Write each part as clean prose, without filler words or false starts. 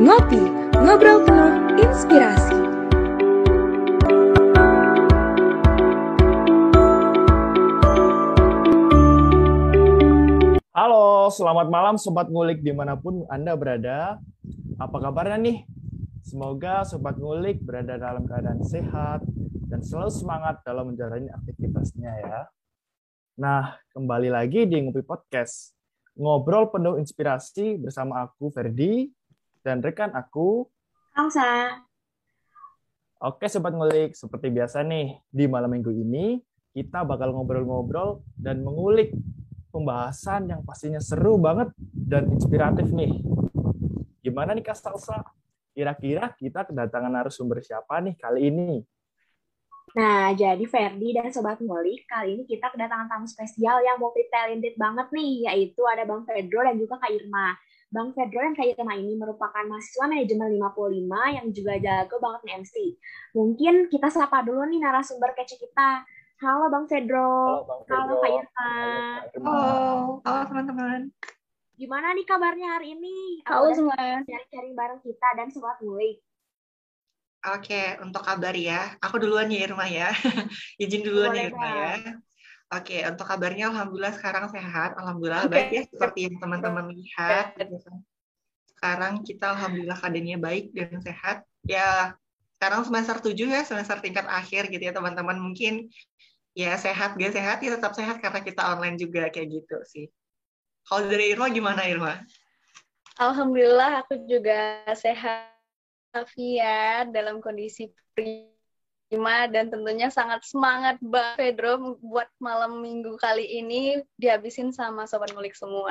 Ngopi, ngobrol penuh inspirasi. Halo, selamat malam Sobat Ngulik dimanapun Anda berada. Apa kabarnya nih? Semoga Sobat Ngulik berada dalam keadaan sehat dan selalu semangat dalam menjalani aktivitasnya ya. Nah, kembali lagi di Ngopi Podcast. Ngobrol penuh inspirasi bersama aku, Ferdi, dan rekan aku. Alsa. Oke Sobat Ngulik, seperti biasa nih, di malam minggu ini kita bakal ngobrol-ngobrol dan mengulik pembahasan yang pastinya seru banget dan inspiratif nih. Gimana nih Kak Salsa? Kira-kira kita kedatangan narasumber siapa nih kali ini? Nah, jadi Ferdi dan Sobat Ngulik, kali ini kita kedatangan tamu spesial yang multi-talented banget nih, yaitu ada Bang Pedro dan juga Kak Irma. Bang Pedro dan Kak Irma ini merupakan mahasiswa manajemen 55 yang juga jago banget nih MC. Mungkin kita sapa dulu nih narasumber kece kita. Halo Bang Halo Pedro, Bang halo Pedro, Kak Irma. halo Kak Irma. Halo teman-teman. Gimana nih kabarnya hari ini? Apa Halo udah semua. cari-cari bareng kita dan Sobat Ngulik? Oke, untuk kabar ya, aku duluan ya Irma ya. Izin duluan ya Boleh Irma ya. Bang. Oke, untuk kabarnya Alhamdulillah sekarang sehat. Alhamdulillah baik ya, Oke. seperti yang teman-teman lihat. Sekarang kita Alhamdulillah keadaannya baik dan sehat. Ya, sekarang semester 7 ya, semester tingkat akhir gitu ya teman-teman. Mungkin ya sehat, gak sehat ya tetap sehat karena kita online juga kayak gitu sih. Kalau dari Irma gimana Irma? Alhamdulillah aku juga sehat ya dalam kondisi prima dan tentunya sangat semangat Bang Pedro buat malam minggu kali ini dihabisin sama Sobat Ngulik semua.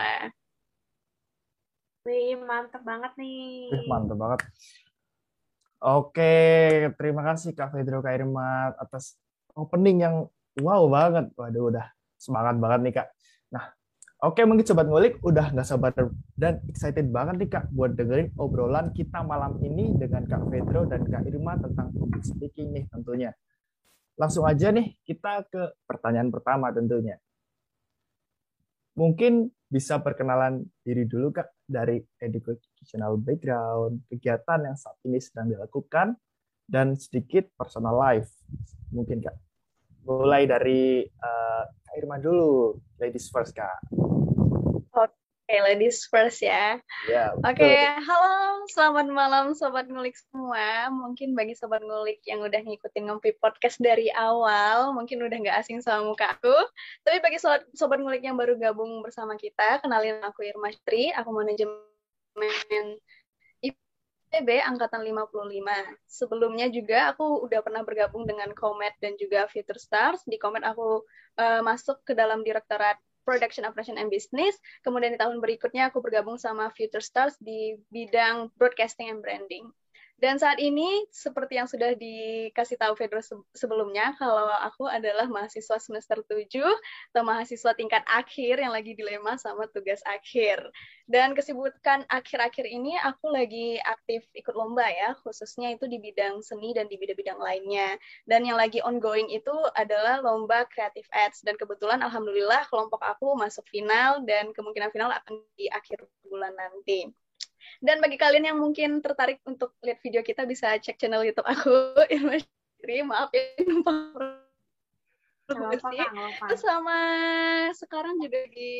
Wih, mantep banget nih. Mantap banget. Oke, terima kasih Kak Pedro, Kak Irma atas opening yang wow banget. Waduh, udah semangat banget nih Kak. Nah, oke, mungkin Sobat Ngulik udah nggak sabar dan excited banget nih Kak buat dengerin obrolan kita malam ini dengan Kak Pedro dan Kak Irma tentang public speaking nih tentunya. Langsung aja nih kita ke pertanyaan pertama tentunya. Mungkin bisa perkenalan diri dulu Kak dari educational background, kegiatan yang saat ini sedang dilakukan, dan sedikit personal life. Mungkin Kak. Mulai dari Kak Irma dulu, ladies first Kak. Oke, ladies first ya. Ya, Oke, halo, selamat malam Sobat Ngulik semua. Mungkin bagi Sobat Ngulik yang udah ngikutin Ngopi Podcast dari awal, mungkin udah nggak asing sama muka aku. Tapi bagi Sobat Ngulik yang baru gabung bersama kita, kenalin aku Irma Sri, aku manajemen IPB Angkatan 55. Sebelumnya juga aku udah pernah bergabung dengan Comet dan juga Future Stars. Di Comet aku masuk ke dalam Direktorat Production Operation and Business. Kemudian di tahun berikutnya aku bergabung sama Future Stars di bidang Broadcasting and Branding. Dan saat ini, seperti yang sudah dikasih tahu Pedro sebelumnya, kalau aku adalah mahasiswa semester 7 atau mahasiswa tingkat akhir yang lagi dilema sama tugas akhir. Dan kesibukan akhir-akhir ini aku lagi aktif ikut lomba ya, khususnya itu di bidang seni dan di bidang-bidang lainnya. Dan yang lagi ongoing itu adalah lomba Creative Arts. Dan kebetulan alhamdulillah kelompok aku masuk final dan kemungkinan final akan di akhir bulan nanti. Dan bagi kalian yang mungkin tertarik untuk lihat video kita bisa cek channel YouTube aku Irma Sri. Maaf ya numpang promosi. Sama sekarang juga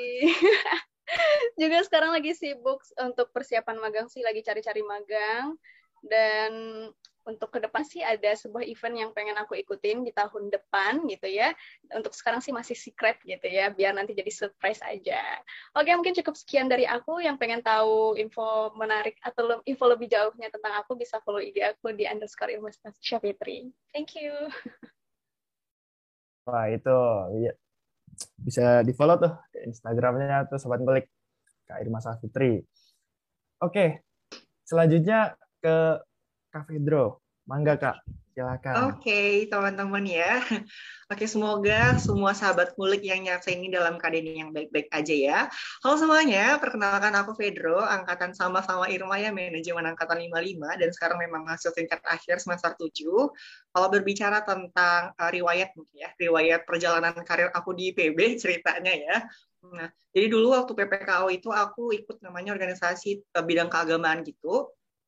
juga sekarang lagi sibuk untuk persiapan magang sih, lagi cari-cari magang. Dan untuk ke depan sih ada sebuah event yang pengen aku ikutin di tahun depan gitu ya. Untuk sekarang sih masih secret gitu ya, biar nanti jadi surprise aja. Oke, mungkin cukup sekian dari aku. Yang pengen tahu info menarik atau info lebih jauhnya tentang aku bisa follow IG aku di _Irma_Syafitri. Thank you. Wah, itu ya, bisa di-follow tuh Instagramnya tuh Sobat Ngulik, Kak Irma Syafitri. Oke, selanjutnya ke Kak Pedro. Mangga Kak, silakan. Oke, teman-teman ya. Oke, semoga semua sahabat ngulik yang nyaksa ini dalam keadaan yang baik-baik aja ya. Halo semuanya, perkenalkan aku Pedro, angkatan sama-sama Irma ya, manajemen angkatan 55, dan sekarang memang masuk tingkat akhir semester 7. Kalau berbicara tentang riwayat mungkin ya, riwayat perjalanan karir aku di IPB ceritanya ya. Nah, jadi dulu waktu PPKO itu aku ikut namanya organisasi bidang keagamaan gitu.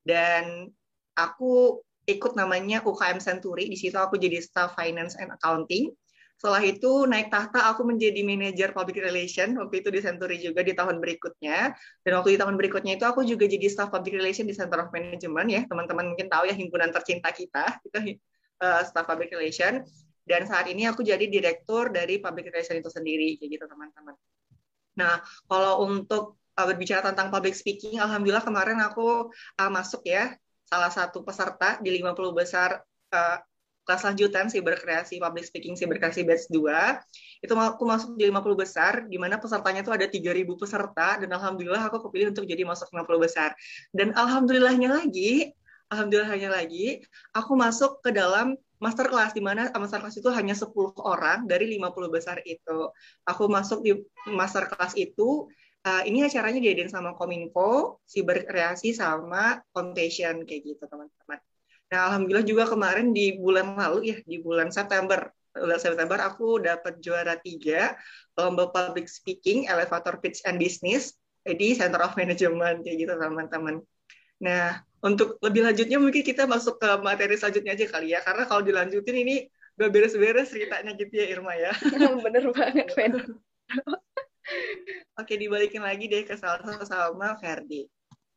Dan aku ikut namanya UKM Century. Di situ aku jadi staff finance and accounting. Setelah itu naik tahta aku menjadi manajer public relation waktu itu di Century juga di tahun berikutnya. Dan waktu di tahun berikutnya itu aku juga jadi staff public relation di Center of Management ya. Teman-teman mungkin tahu ya, himpunan tercinta kita. Itu staff public relation. Dan saat ini aku jadi direktur dari public relation itu sendiri kayak gitu teman-teman. Nah, kalau untuk berbicara tentang public speaking, alhamdulillah kemarin aku masuk ya salah satu peserta di 50 besar kelas lanjutan Siberkreasi Public Speaking Siberkreasi Batch 2. Itu aku masuk di 50 besar, di mana pesertanya itu ada 3.000 peserta, dan alhamdulillah aku kepilih untuk jadi masuk 50 besar. Dan alhamdulillahnya lagi, aku masuk ke dalam masterclass, di mana masterclass itu hanya 10 orang dari 50 besar itu. Aku masuk di masterclass itu, ini acaranya diadain sama Kominfo, Siberkreasi, sama Contagion, kayak gitu teman-teman. Nah, alhamdulillah juga kemarin di bulan lalu ya, di bulan September aku dapat juara 3 lomba public speaking, elevator pitch and business di Center of Management kayak gitu teman-teman. Nah, untuk lebih lanjutnya mungkin kita masuk ke materi selanjutnya aja kali ya, karena kalau dilanjutin ini gak beres-beres ceritanya gitu ya Irma ya. Bener banget, Fen. Oke, dibalikin lagi deh ke sama Ferdi.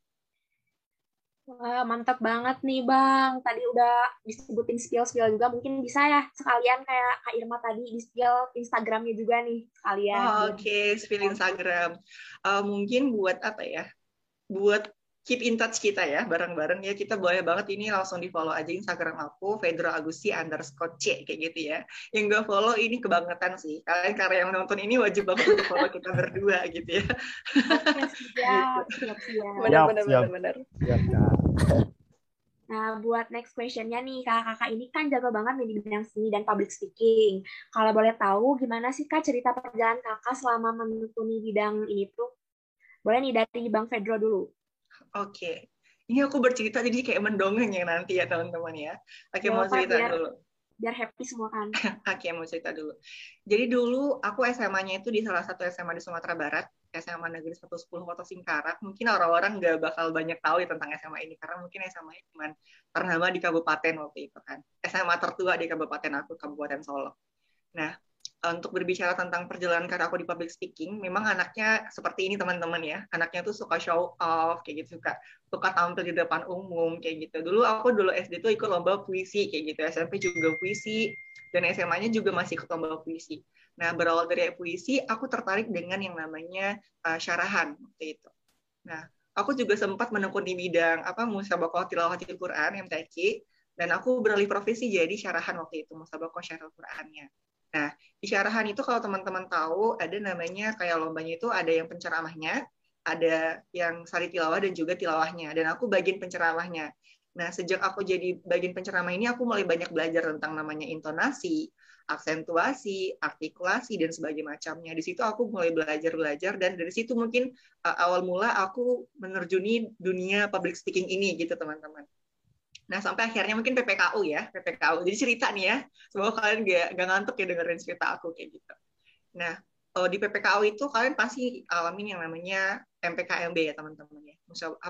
Wah, mantap banget nih Bang. Tadi udah disebutin spill-spill juga. Mungkin bisa ya sekalian kayak Kak Irma tadi di-spill Instagramnya juga nih sekalian. Oke, spill Instagram. Mungkin buat apa ya? Buat keep in touch kita ya, bareng-bareng ya. Kita boleh banget ini langsung di-follow aja Instagram aku, _Agusti_C, kayak gitu ya. Yang nggak follow ini kebangetan sih. Kalian karena yang nonton ini wajib banget untuk follow kita berdua gitu ya. Oke, siap. Benar. Siap, Kak. Nah, buat next question-nya nih, kakak-kakak ini kan jago banget nih di bidang seni dan public speaking. Kalau boleh tahu, gimana sih Kak cerita perjalanan kakak selama menekuni bidang ini tuh? Boleh nih dari Bang Fedro dulu. Oke. Ini aku bercerita jadi kayak mendongeng ya nanti ya teman-teman ya. Oke, mau cerita dulu. Biar happy semua kan. Oke, mau cerita dulu. Jadi dulu aku SMA-nya itu di salah satu SMA di Sumatera Barat, SMA Negeri 110 Kota Singkarak. Mungkin orang-orang nggak bakal banyak tahu ya tentang SMA ini, karena mungkin SMA-nya cuma ternama di kabupaten waktu itu kan. SMA tertua di kabupaten aku, Kabupaten Solok. Nah, untuk berbicara tentang perjalanan karir aku di public speaking, memang anaknya seperti ini teman-teman ya. Anaknya tuh suka show off, kayak gitu, suka tampil di depan umum, kayak gitu. Dulu SD tuh ikut lomba puisi, kayak gitu. SMP juga puisi, dan SMA-nya juga masih ikut lomba puisi. Nah, berawal dari puisi, aku tertarik dengan yang namanya syarahan waktu itu. Nah, aku juga sempat menekuni bidang musabaqah tilawatil Quran, MTQ, dan aku beralih profesi jadi syarahan waktu itu, musabaqah syarahul Qurannya. Nah, di syarahan itu kalau teman-teman tahu, ada namanya kayak lombanya itu ada yang penceramahnya, ada yang sari tilawah dan juga tilawahnya. Dan aku bagian penceramahnya. Nah, sejak aku jadi bagian penceramah ini, aku mulai banyak belajar tentang namanya intonasi, aksentuasi, artikulasi, dan sebagainya macamnya. Di situ aku mulai belajar, dan dari situ mungkin awal mula aku menerjuni dunia public speaking ini, gitu teman-teman. Nah, sampai akhirnya mungkin PPKU ya, PPKU. Jadi cerita nih ya, semoga kalian gak ngantuk ya dengerin cerita aku kayak gitu. Nah, di PPKU itu kalian pasti alamin yang namanya MPKMB ya teman-teman ya.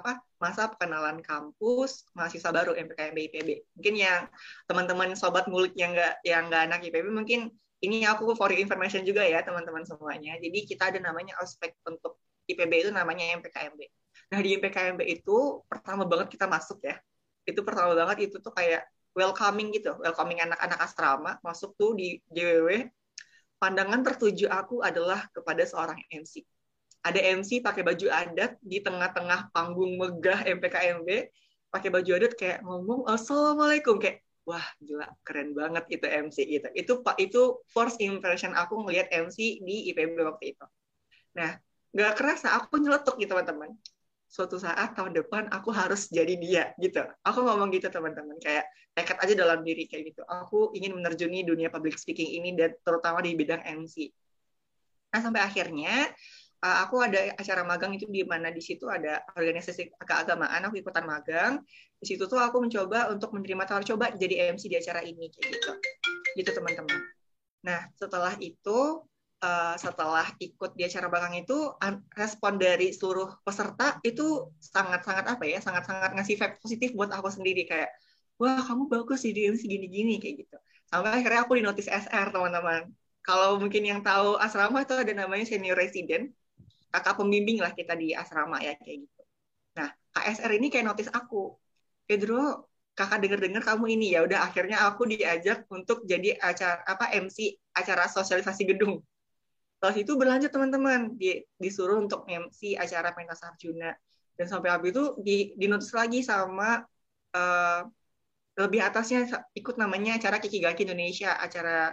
Masa pengenalan kampus mahasiswa baru MPKMB IPB. Mungkin yang teman-teman sobat ngulik yang nggak anak IPB mungkin ini aku for your information juga ya teman-teman semuanya. Jadi kita ada namanya ospek untuk IPB itu namanya MPKMB. Nah, di MPKMB itu pertama banget kita masuk ya. Itu pertama banget itu tuh kayak welcoming gitu, welcoming anak-anak asrama masuk tuh di JWW. Pandangan tertuju aku adalah kepada seorang MC. Ada MC pakai baju adat di tengah-tengah panggung megah MPKMB, pakai baju adat kayak ngomong assalamualaikum, kayak wah gila keren banget itu MC gitu. Itu first impression aku ngelihat MC di IPB waktu itu. Nah, nggak kerasa aku nyeletuk gitu teman-teman. Suatu saat tahun depan aku harus jadi dia gitu. Aku ngomong gitu teman-teman, kayak tekad aja dalam diri kayak gitu. Aku ingin menerjuni dunia public speaking ini dan terutama di bidang MC. Nah, sampai akhirnya aku ada acara magang itu di mana di situ ada organisasi keagamaan, aku ikutan magang. Di situ tuh aku mencoba untuk menerima tawaran coba jadi MC di acara ini kayak gitu. Gitu teman-teman. Nah, setelah itu setelah ikut di acara belakang itu respon dari seluruh peserta itu sangat-sangat apa ya, sangat-sangat ngasih vibe positif buat aku sendiri kayak wah kamu bagus di MC gini-gini kayak gitu. Sampai akhirnya aku di notice SR teman-teman. Kalau mungkin yang tahu asrama itu ada namanya senior resident, kakak pembimbing lah kita di asrama ya kayak gitu. Nah KSR ini kayak notice aku, Pedro kakak denger-dengar kamu ini ya udah akhirnya aku diajak untuk jadi acara MC acara sosialisasi gedung. Setelah itu berlanjut teman-teman, disuruh untuk MC acara pentas Arjuna. Dan sampai habis itu di notice lagi sama lebih atasnya ikut namanya acara Kikigaki Indonesia, acara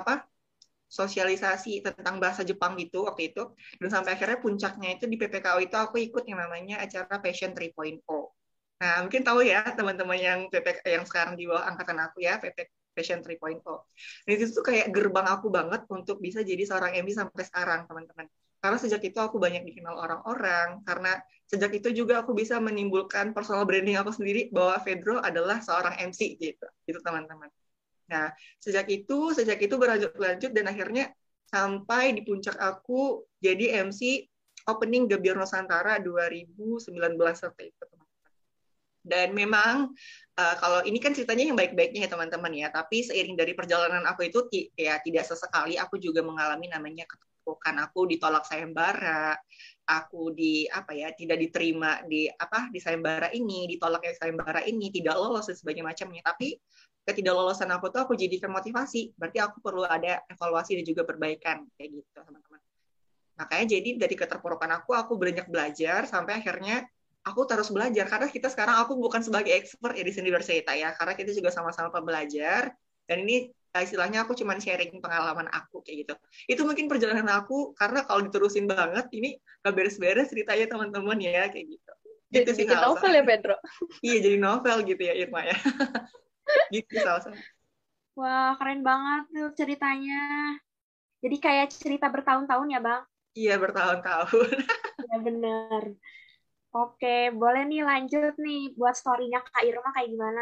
sosialisasi tentang bahasa Jepang gitu waktu itu. Dan sampai akhirnya puncaknya itu di PPKO itu aku ikut yang namanya acara Passion 3.0. Nah, mungkin tahu ya teman-teman yang sekarang di bawah angkatan aku ya, Passion 3.0. Dan itu tuh kayak gerbang aku banget untuk bisa jadi seorang MC sampai sekarang, teman-teman. Karena sejak itu aku banyak dikenal orang-orang, karena sejak itu juga aku bisa menimbulkan personal branding aku sendiri bahwa Pedro adalah seorang MC gitu teman-teman. Nah, sejak itu berlanjut dan akhirnya sampai di puncak aku jadi MC opening Gebiar Nusantara 2019 seperti itu, teman-teman. Dan memang kalau ini kan ceritanya yang baik-baiknya ya teman-teman ya, tapi seiring dari perjalanan aku itu ya tidak sesekali aku juga mengalami namanya keterpurukan. Aku ditolak sayembara, aku tidak diterima di sayembara ini, ditolak di sayembara ini, tidak lolos dan sebagainya macamnya. Tapi ketidaklolosan aku tuh aku jadikan motivasi, berarti aku perlu ada evaluasi dan juga perbaikan kayak gitu teman-teman. Makanya jadi dari keterpurukan aku banyak belajar sampai akhirnya aku terus belajar karena kita sekarang aku bukan sebagai expert ya di seni bercerita ya, karena kita juga sama-sama pembelajar dan ini istilahnya aku cuma sharing pengalaman aku kayak gitu. Itu mungkin perjalanan aku karena kalau diterusin banget ini gak beres-beres ceritanya teman-teman ya kayak gitu. Gitu sih bikin novel ya Pedro. Iya jadi novel gitu ya Irma ya. Gitu Salsa. Wah, keren banget tuh ceritanya. Jadi kayak cerita bertahun-tahun ya, Bang? Iya, bertahun-tahun. Ya bener. Oke, boleh nih lanjut nih buat story-nya Kak Irma kayak gimana?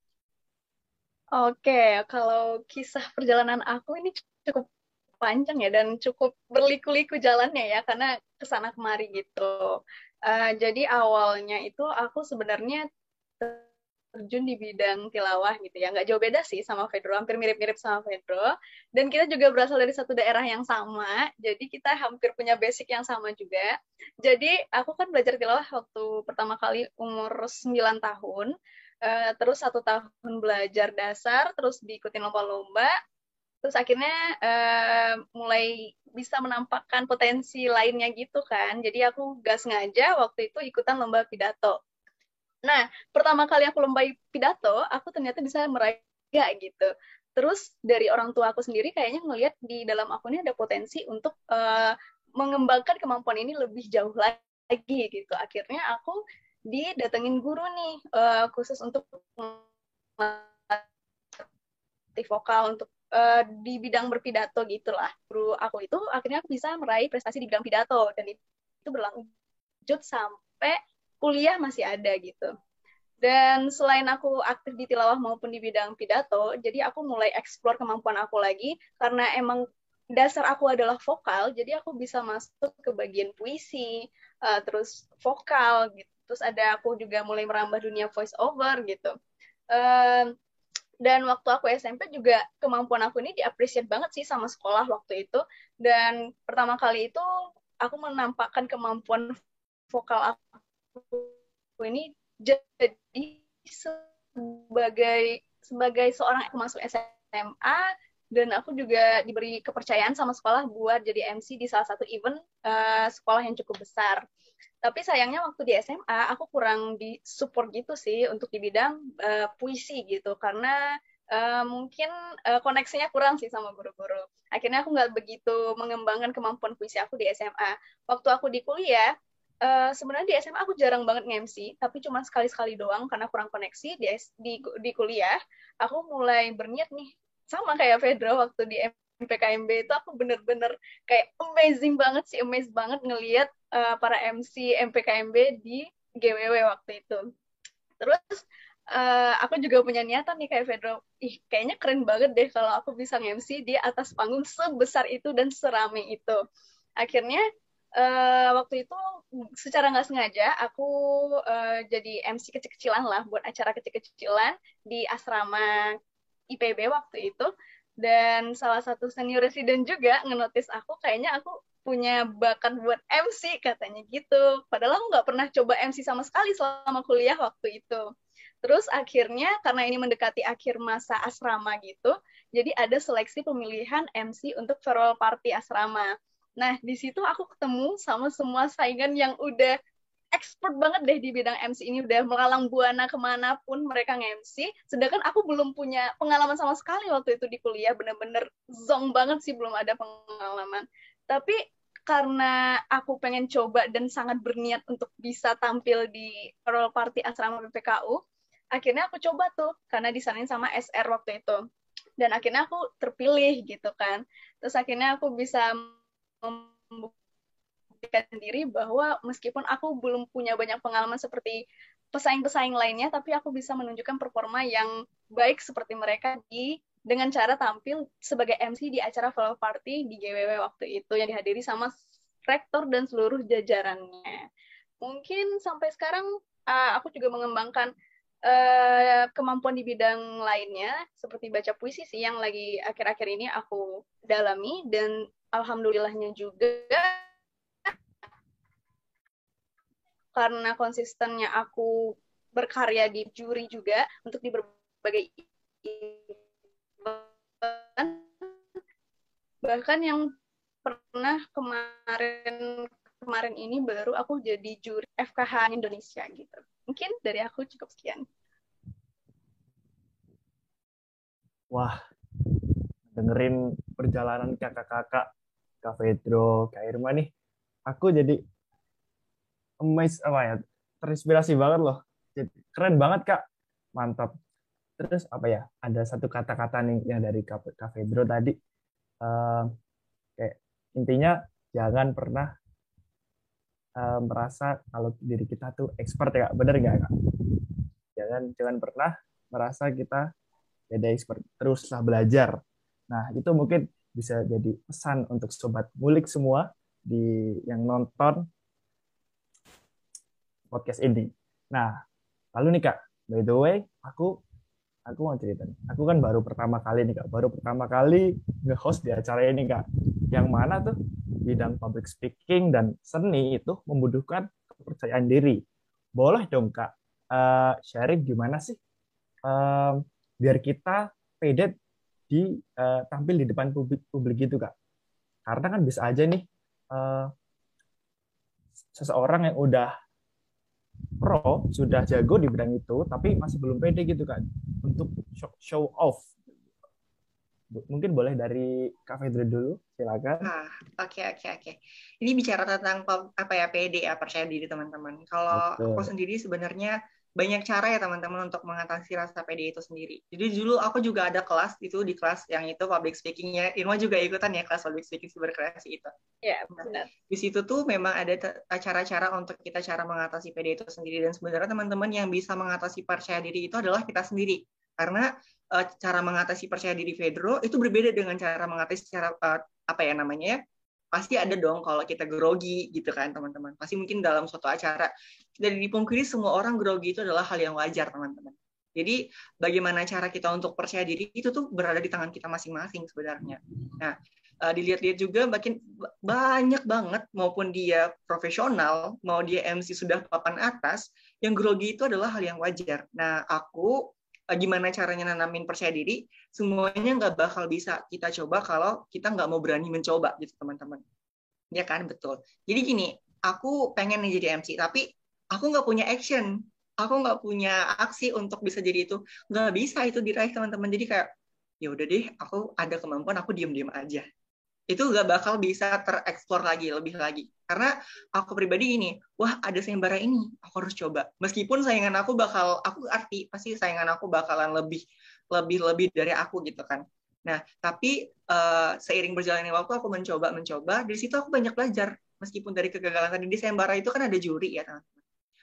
Oke, kalau kisah perjalanan aku ini cukup panjang ya dan cukup berliku-liku jalannya ya karena kesana kemari gitu. Jadi awalnya itu aku sebenarnya terjun di bidang tilawah gitu ya, nggak jauh beda sih sama Pedro, hampir mirip-mirip sama Pedro. Dan kita juga berasal dari satu daerah yang sama, jadi kita hampir punya basic yang sama juga. Jadi aku kan belajar tilawah waktu pertama kali umur 9 tahun, terus 1 tahun belajar dasar, terus diikutin lomba-lomba, terus akhirnya mulai bisa menampakkan potensi lainnya gitu kan. Jadi aku gak sengaja waktu itu ikutan lomba pidato. Nah, pertama kali aku lomba pidato, aku ternyata bisa meraih gitu. Terus dari orang tua aku sendiri kayaknya ngelihat di dalam aku ini ada potensi untuk mengembangkan kemampuan ini lebih jauh lagi gitu. Akhirnya aku didatengin guru nih khusus untuk vokal untuk di bidang berpidato gitulah. Guru aku itu akhirnya aku bisa meraih prestasi di bidang pidato dan itu berlanjut sampai kuliah masih ada gitu. Dan selain aku aktif di tilawah maupun di bidang pidato, jadi aku mulai eksplor kemampuan aku lagi, karena emang dasar aku adalah vokal, jadi aku bisa masuk ke bagian puisi, terus vokal, gitu. Terus aku juga mulai merambah dunia voice over, gitu. Dan waktu aku SMP juga kemampuan aku ini di-appreciate banget sih sama sekolah waktu itu. Dan pertama kali itu aku menampakkan kemampuan vokal aku ini jadi sebagai seorang aku masuk SMA dan aku juga diberi kepercayaan sama sekolah buat jadi MC di salah satu event sekolah yang cukup besar. Tapi sayangnya waktu di SMA aku kurang di-support gitu sih untuk di bidang puisi gitu karena mungkin koneksinya kurang sih sama guru-guru. Akhirnya aku nggak begitu mengembangkan kemampuan puisi aku di SMA. Waktu aku di kuliah sebenarnya di SMA aku jarang banget nge-MC, tapi cuma sekali-sekali doang karena kurang koneksi di kuliah. Aku mulai berniat nih, sama kayak Pedro waktu di MPKMB itu aku bener-bener kayak amazed banget ngelihat para MC MPKMB di GWW waktu itu. Terus aku juga punya niatan nih kayak Pedro. Kayaknya keren banget deh kalau aku bisa nge-MC di atas panggung sebesar itu dan serame itu. Akhirnya waktu itu secara nggak sengaja aku jadi MC kecil-kecilan lah buat acara kecil-kecilan di asrama IPB waktu itu. Dan salah satu senior resident juga ngenotis aku, kayaknya aku punya bakat buat MC katanya gitu. Padahal aku nggak pernah coba MC sama sekali selama kuliah waktu itu. Terus akhirnya karena ini mendekati akhir masa asrama gitu, jadi ada seleksi pemilihan MC untuk farewell party asrama. Nah, di situ aku ketemu sama semua saingan yang udah expert banget deh di bidang MC ini, udah melalang buana kemanapun mereka nge-MC, sedangkan aku belum punya pengalaman sama sekali waktu itu di kuliah, bener-bener zong banget sih, belum ada pengalaman. Tapi karena aku pengen coba dan sangat berniat untuk bisa tampil di farewell party asrama PPKU, akhirnya aku coba tuh, karena disaranin sama SR waktu itu. Dan akhirnya aku terpilih gitu kan. Terus akhirnya aku bisa membuktikan diri bahwa meskipun aku belum punya banyak pengalaman seperti pesaing-pesaing lainnya, tapi aku bisa menunjukkan performa yang baik seperti mereka dengan cara tampil sebagai MC di acara farewell party di GWW waktu itu yang dihadiri sama rektor dan seluruh jajarannya. Mungkin sampai sekarang aku juga mengembangkan kemampuan di bidang lainnya seperti baca puisi sih yang lagi akhir-akhir ini aku dalami, dan alhamdulillahnya juga karena konsistennya aku berkarya di juri juga untuk di berbagai event, bahkan yang pernah kemarin ini baru aku jadi juri FKH Indonesia gitu. Mungkin dari aku cukup sekian. Wah, dengerin perjalanan kakak-kakak, Kak Pedro, Kak Irma nih, aku jadi amazed, terinspirasi banget loh. Jadi, keren banget Kak, mantap. Terus ada satu kata-kata nih yang dari Kak Pedro tadi, kayak intinya jangan pernah merasa kalau diri kita tuh expert ya, bener nggak Kak? Jangan pernah merasa kita jadi expert, teruslah belajar. Nah, itu mungkin bisa jadi pesan untuk sobat ngulik semua yang nonton podcast ini. Nah, lalu nih Kak, by the way, aku mau cerita nih. Aku kan baru pertama kali nge-host di acara ini Kak. Yang mana tuh bidang public speaking dan seni itu membutuhkan kepercayaan diri. Boleh dong Kak, sharing gimana sih biar kita pede tampil di depan publik gitu Kak. Karena kan bisa aja nih seseorang yang udah pro, sudah jago di bidang itu, tapi masih belum pede gitu kan untuk show off. Mungkin boleh dari Kak Fedri dulu, silakan. Oke. Ini bicara tentang PD ya, percaya diri teman-teman. Kalau aku sendiri sebenarnya banyak cara ya teman-teman untuk mengatasi rasa pede itu sendiri. Jadi dulu aku juga ada kelas itu, di kelas yang itu public speakingnya, Irma juga ikutan ya kelas public speaking berkreasi itu. Ya, benar. Di situ tuh memang ada cara-cara untuk kita cara mengatasi pede itu sendiri, dan sebenarnya teman-teman yang bisa mengatasi percaya diri itu adalah kita sendiri. Karena cara mengatasi percaya diri Pedro itu berbeda dengan cara mengatasi pasti ada dong kalau kita grogi gitu kan teman-teman. Pasti mungkin dalam suatu acara dari dipungkiri semua orang grogi itu adalah hal yang wajar teman-teman. Jadi bagaimana cara kita untuk percaya diri itu tuh berada di tangan kita masing-masing sebenarnya. Nah, dilihat-lihat juga makin banyak banget, maupun dia profesional, mau dia MC sudah papan atas, yang grogi itu adalah hal yang wajar. Nah, aku gimana caranya nanamin percaya diri, semuanya nggak bakal bisa kita coba kalau kita nggak mau berani mencoba gitu teman-teman. Ya kan, betul. Jadi gini, aku pengen nih jadi MC, tapi aku nggak punya action, aku nggak punya aksi untuk bisa jadi itu. Nggak bisa itu diraih teman-teman. Jadi kayak, ya udah deh, aku ada kemampuan, aku diem-diem aja. Itu nggak bakal bisa tereksplor lebih lagi. Karena aku pribadi gini, wah ada sayembara ini, aku harus coba. Meskipun saingan aku pasti saingan aku bakalan lebih dari aku gitu kan. Nah, tapi seiring berjalannya waktu aku mencoba, dari situ aku banyak belajar. Meskipun dari kegagalan tadi di sayembara itu kan ada juri ya teman-teman.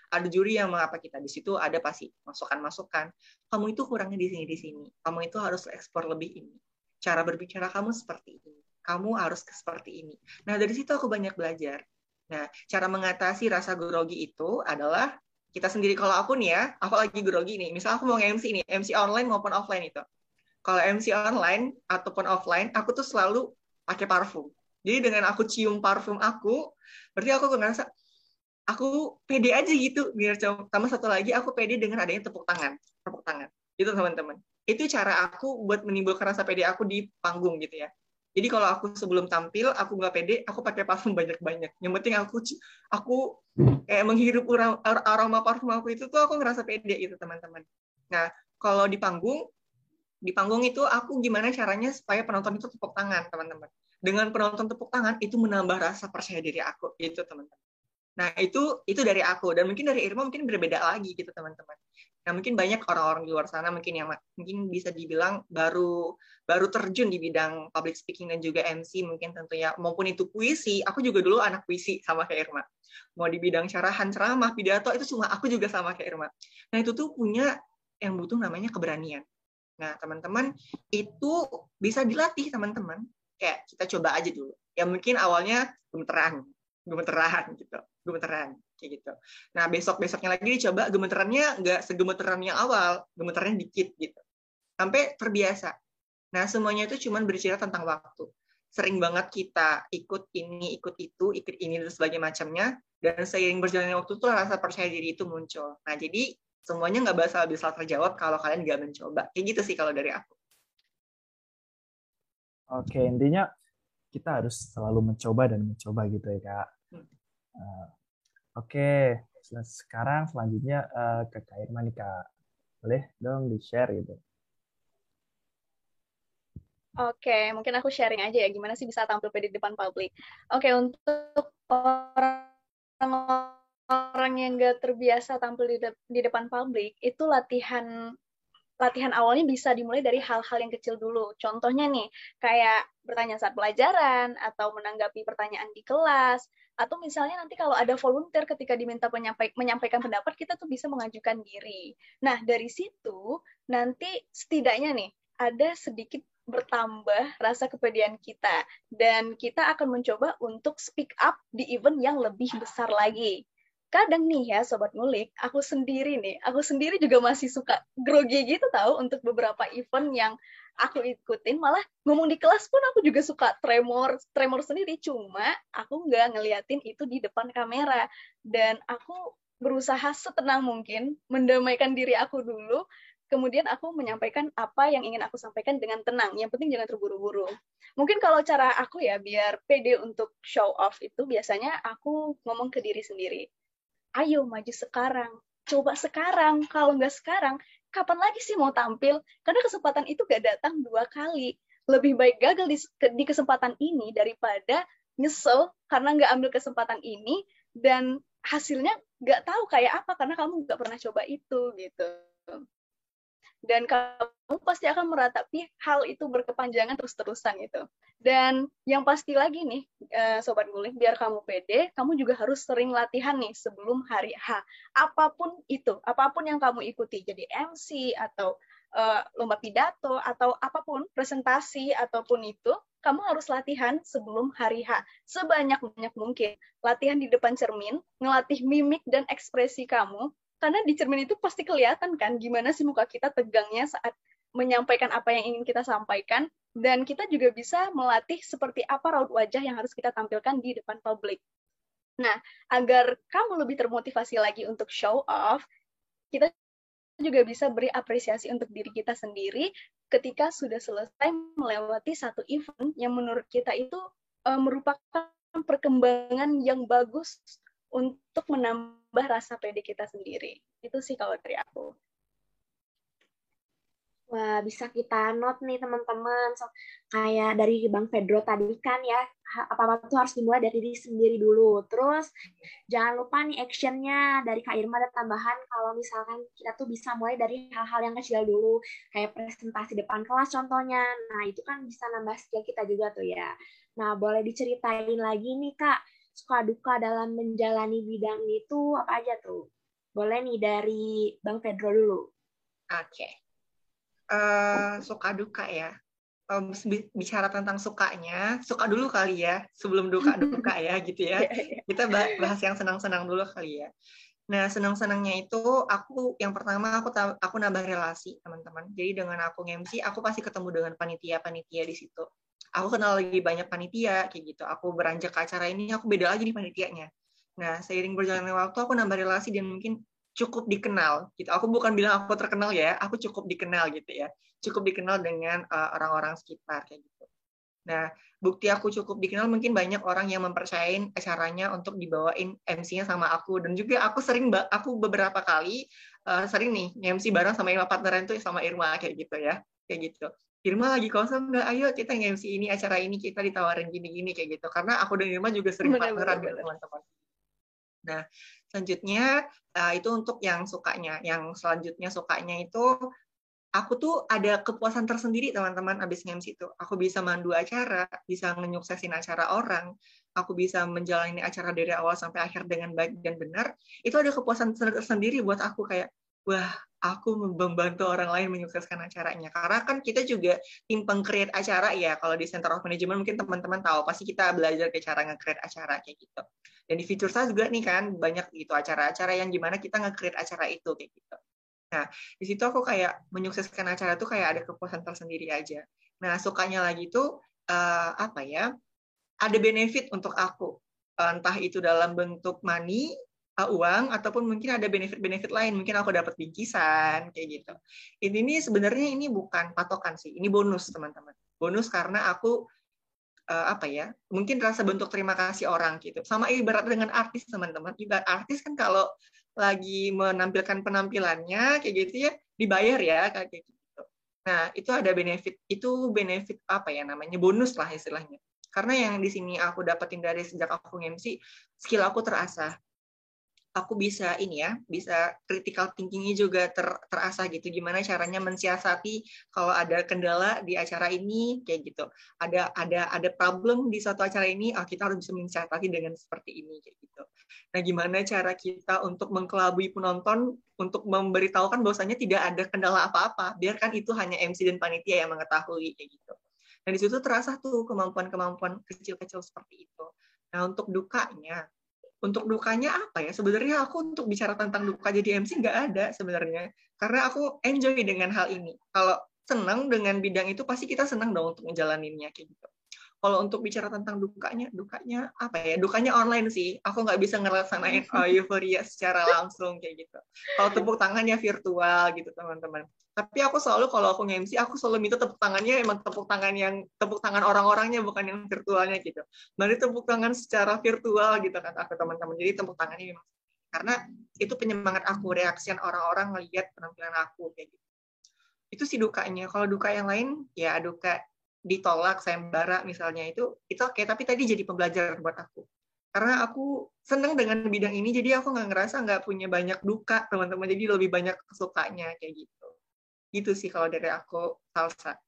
Ada juri yang mengapa kita di situ, ada pasti masukan-masukan. Kamu itu kurangnya di sini. Kamu itu harus ekspor lebih ini. Cara berbicara kamu seperti ini. Kamu harus seperti ini. Nah, dari situ aku banyak belajar. Nah, cara mengatasi rasa grogi itu adalah kita sendiri. Kalau aku nih ya, aku lagi grogi nih. Misal aku mau MC nih, MC online maupun offline itu. Kalau MC online ataupun offline, aku tuh selalu pakai parfum. Jadi dengan aku cium parfum aku, berarti aku ngerasa aku pede aja gitu. Biar sama satu lagi, aku pede dengan adanya tepuk tangan. Tepuk tangan. Itu teman-teman. Itu cara aku buat menimbulkan rasa pede aku di panggung gitu ya. Jadi kalau aku sebelum tampil, aku nggak pede, aku pakai parfum banyak-banyak. Yang penting aku kayak menghirup aroma parfum aku itu tuh aku ngerasa pede gitu teman-teman. Nah, kalau di panggung itu aku gimana caranya supaya penonton itu tepuk tangan teman-teman. Dengan penonton tepuk tangan itu menambah rasa percaya diri aku gitu teman-teman. Nah, itu dari aku, dan mungkin dari Irma mungkin berbeda lagi gitu teman-teman. Nah, mungkin banyak orang-orang di luar sana mungkin yang mungkin bisa dibilang baru terjun di bidang public speaking dan juga MC mungkin tentunya, maupun itu puisi. Aku juga dulu anak puisi sama kayak Irma. Mau di bidang carahan, ceramah, pidato, itu semua aku juga sama kayak Irma. Nah, itu tuh punya yang butuh namanya keberanian. Nah, teman-teman, itu bisa dilatih teman-teman. Kayak kita coba aja dulu. Ya mungkin awalnya gemeteran gitu, gemeteran kayak gitu. Nah, besoknya lagi dicoba, gemeterannya nggak segemeteran yang awal, gemeterannya dikit gitu, sampai terbiasa. Nah, semuanya itu cuma bercerita tentang waktu. Sering banget kita ikut ini, ikut itu, ikut ini dan sebagainya macamnya, dan seiring berjalannya waktu tuh rasa percaya diri itu muncul. Nah, jadi semuanya nggak bisa terjawab kalau kalian nggak mencoba. Kayak gitu sih kalau dari aku. Oke, intinya kita harus selalu mencoba dan mencoba gitu ya, Kak. Oke, sekarang selanjutnya ke Kak Irma nih, Kak. Boleh dong di-share gitu. Oke, mungkin aku sharing aja ya gimana sih bisa tampil pede di depan publik. Oke, untuk orang yang nggak terbiasa tampil di depan publik, itu latihan awalnya bisa dimulai dari hal-hal yang kecil dulu. Contohnya nih, kayak bertanya saat pelajaran, atau menanggapi pertanyaan di kelas, atau misalnya nanti kalau ada volunteer ketika diminta menyampaikan pendapat, kita tuh bisa mengajukan diri. Nah, dari situ, nanti setidaknya nih, ada sedikit bertambah rasa kepedean kita. Dan kita akan mencoba untuk speak up di event yang lebih besar lagi. Kadang nih ya Sobat Ngulik, aku sendiri juga masih suka grogi gitu tahu untuk beberapa event yang aku ikutin, malah ngomong di kelas pun aku juga suka tremor sendiri, cuma aku nggak ngeliatin itu di depan kamera, dan aku berusaha setenang mungkin mendamaikan diri aku dulu, kemudian aku menyampaikan apa yang ingin aku sampaikan dengan tenang, yang penting jangan terburu-buru. Mungkin kalau cara aku ya, biar pede untuk show off itu, biasanya aku ngomong ke diri sendiri. Ayo maju sekarang, coba sekarang. Kalau nggak sekarang, kapan lagi sih mau tampil? Karena kesempatan itu nggak datang 2 kali. Lebih baik gagal di kesempatan ini daripada nyesel karena nggak ambil kesempatan ini dan hasilnya nggak tahu kayak apa karena kamu nggak pernah coba itu gitu. Dan kamu pasti akan meratapi hal itu berkepanjangan terus-terusan itu. Dan yang pasti lagi nih, Sobat Ngulik, biar kamu pede, kamu juga harus sering latihan nih sebelum hari H. Apapun itu, apapun yang kamu ikuti, jadi MC atau lomba pidato atau apapun, presentasi ataupun itu, kamu harus latihan sebelum hari H. Sebanyak-banyak mungkin. Latihan di depan cermin, ngelatih mimik dan ekspresi kamu, karena di cermin itu pasti kelihatan kan gimana sih muka kita tegangnya saat menyampaikan apa yang ingin kita sampaikan, dan kita juga bisa melatih seperti apa raut wajah yang harus kita tampilkan di depan publik. Nah, agar kamu lebih termotivasi lagi untuk show off, kita juga bisa beri apresiasi untuk diri kita sendiri ketika sudah selesai melewati satu event yang menurut kita itu merupakan perkembangan yang bagus untuk menambah rasa pede kita sendiri. Itu sih kalau dari aku. Wah, bisa kita note nih teman-teman. So, kayak dari Bang Pedro tadi kan ya, apa-apa itu harus dimulai dari diri sendiri dulu. Terus jangan lupa nih actionnya dari Kak Irma ada tambahan kalau misalkan kita tuh bisa mulai dari hal-hal yang kecil dulu, kayak presentasi depan kelas contohnya. Nah, itu kan bisa nambah skill kita juga tuh ya. Nah, boleh diceritain lagi nih Kak, suka duka dalam menjalani bidang itu apa aja tuh? Boleh nih dari Bang Pedro dulu. Oke. Suka duka ya. Bicara tentang sukanya, suka dulu kali ya, sebelum duka-duka ya gitu ya. Kita bahas yang senang-senang dulu kali ya. Nah, senang-senangnya itu yang pertama aku nambah relasi, teman-teman. Jadi dengan aku nge-MC, aku pasti ketemu dengan panitia-panitia di situ. Aku kenal lagi banyak panitia kayak gitu. Aku beranjak ke acara ini, aku beda lagi nih panitianya. Nah, seiring berjalannya waktu aku nambah relasi dan mungkin cukup dikenal gitu. Aku bukan bilang aku terkenal ya, aku cukup dikenal gitu ya. Cukup dikenal dengan orang-orang sekitar kayak gitu. Nah, bukti aku cukup dikenal mungkin banyak orang yang mempercayain acaranya untuk dibawain MC-nya sama aku, dan juga aku beberapa kali sering nih MC bareng sama Irma, partneran tuh sama Irma kayak gitu ya. Kayak gitu. Irma lagi kosong nggak? Ayo kita MC ini, acara ini kita ditawarin gini-gini kayak gitu. Karena aku dan Irma juga sering partneran gitu, teman-teman. Nah, selanjutnya itu untuk yang sukanya. Yang selanjutnya sukanya itu aku tuh ada kepuasan tersendiri, teman-teman, abis nge-MC itu. Aku bisa mandu acara, bisa menyuksesin acara orang, aku bisa menjalani acara dari awal sampai akhir dengan baik dan benar. Itu ada kepuasan tersendiri buat aku, kayak, wah, aku membantu orang lain menyukseskan acaranya. Karena kan kita juga tim peng-create acara ya, kalau di Center of Management mungkin teman-teman tahu, pasti kita belajar ke cara nge-create acara kayak gitu. Dan di Future Stars juga nih kan, banyak gitu acara-acara yang gimana kita nge-create acara itu kayak gitu. Nah, di situ aku kayak menyukseskan acara tuh kayak ada kepuasan tersendiri aja. Nah, sukanya lagi tuh apa ya? Ada benefit untuk aku. Entah itu dalam bentuk money, uang, ataupun mungkin ada benefit-benefit lain. Mungkin aku dapat bingkisan kayak gitu. Ini sebenarnya ini bukan patokan sih. Ini bonus, teman-teman. Bonus karena aku apa ya? Mungkin rasa bentuk terima kasih orang gitu. Sama ibarat dengan artis, teman-teman. Ibarat artis kan kalau lagi menampilkan penampilannya kayak gitu ya, dibayar ya kayak gitu. Nah, itu ada benefit apa ya namanya, bonus lah istilahnya. Karena yang di sini aku dapetin dari sejak aku nge-MC, skill aku terasah. Aku bisa bisa critical thinking-nya juga terasah gitu. Gimana caranya mensiasati kalau ada kendala di acara ini kayak gitu. Ada problem di suatu acara ini, kita harus bisa mensiasati dengan seperti ini kayak gitu. Nah, gimana cara kita untuk mengkelabui penonton untuk memberitahukan bahwasanya tidak ada kendala apa-apa, biarkan itu hanya MC dan panitia yang mengetahui kayak gitu. Nah, di situ terasa tuh kemampuan-kemampuan kecil-kecil seperti itu. Nah, untuk dukanya apa ya? Sebenarnya aku untuk bicara tentang duka jadi MC nggak ada sebenarnya. Karena aku enjoy dengan hal ini. Kalau senang dengan bidang itu, pasti kita senang dong untuk ngejalaninnya kayak gitu. Kalau untuk bicara tentang dukanya apa ya? Dukanya online sih. Aku nggak bisa ngerasain euforia secara langsung kayak gitu. Kalau tepuk tangannya virtual gitu, teman-teman. Tapi aku selalu kalau aku nge-MC, aku selalu minta tepuk tangannya emang tepuk tangan orang-orangnya, bukan yang virtualnya gitu. Mari tepuk tangan secara virtual gitu kata aku, teman-teman. Jadi tepuk tangannya memang karena itu penyemangat aku, reaksian orang-orang ngelihat penampilan aku kayak gitu. Itu sih dukanya. Kalau duka yang lain ya duka ditolak sayembara misalnya, itu oke, tapi tadi jadi pembelajaran buat aku. Karena aku senang dengan bidang ini, jadi aku nggak punya banyak duka, teman-teman. Jadi lebih banyak sukanya kayak gitu. Gitu sih kalau dari aku, Salsa.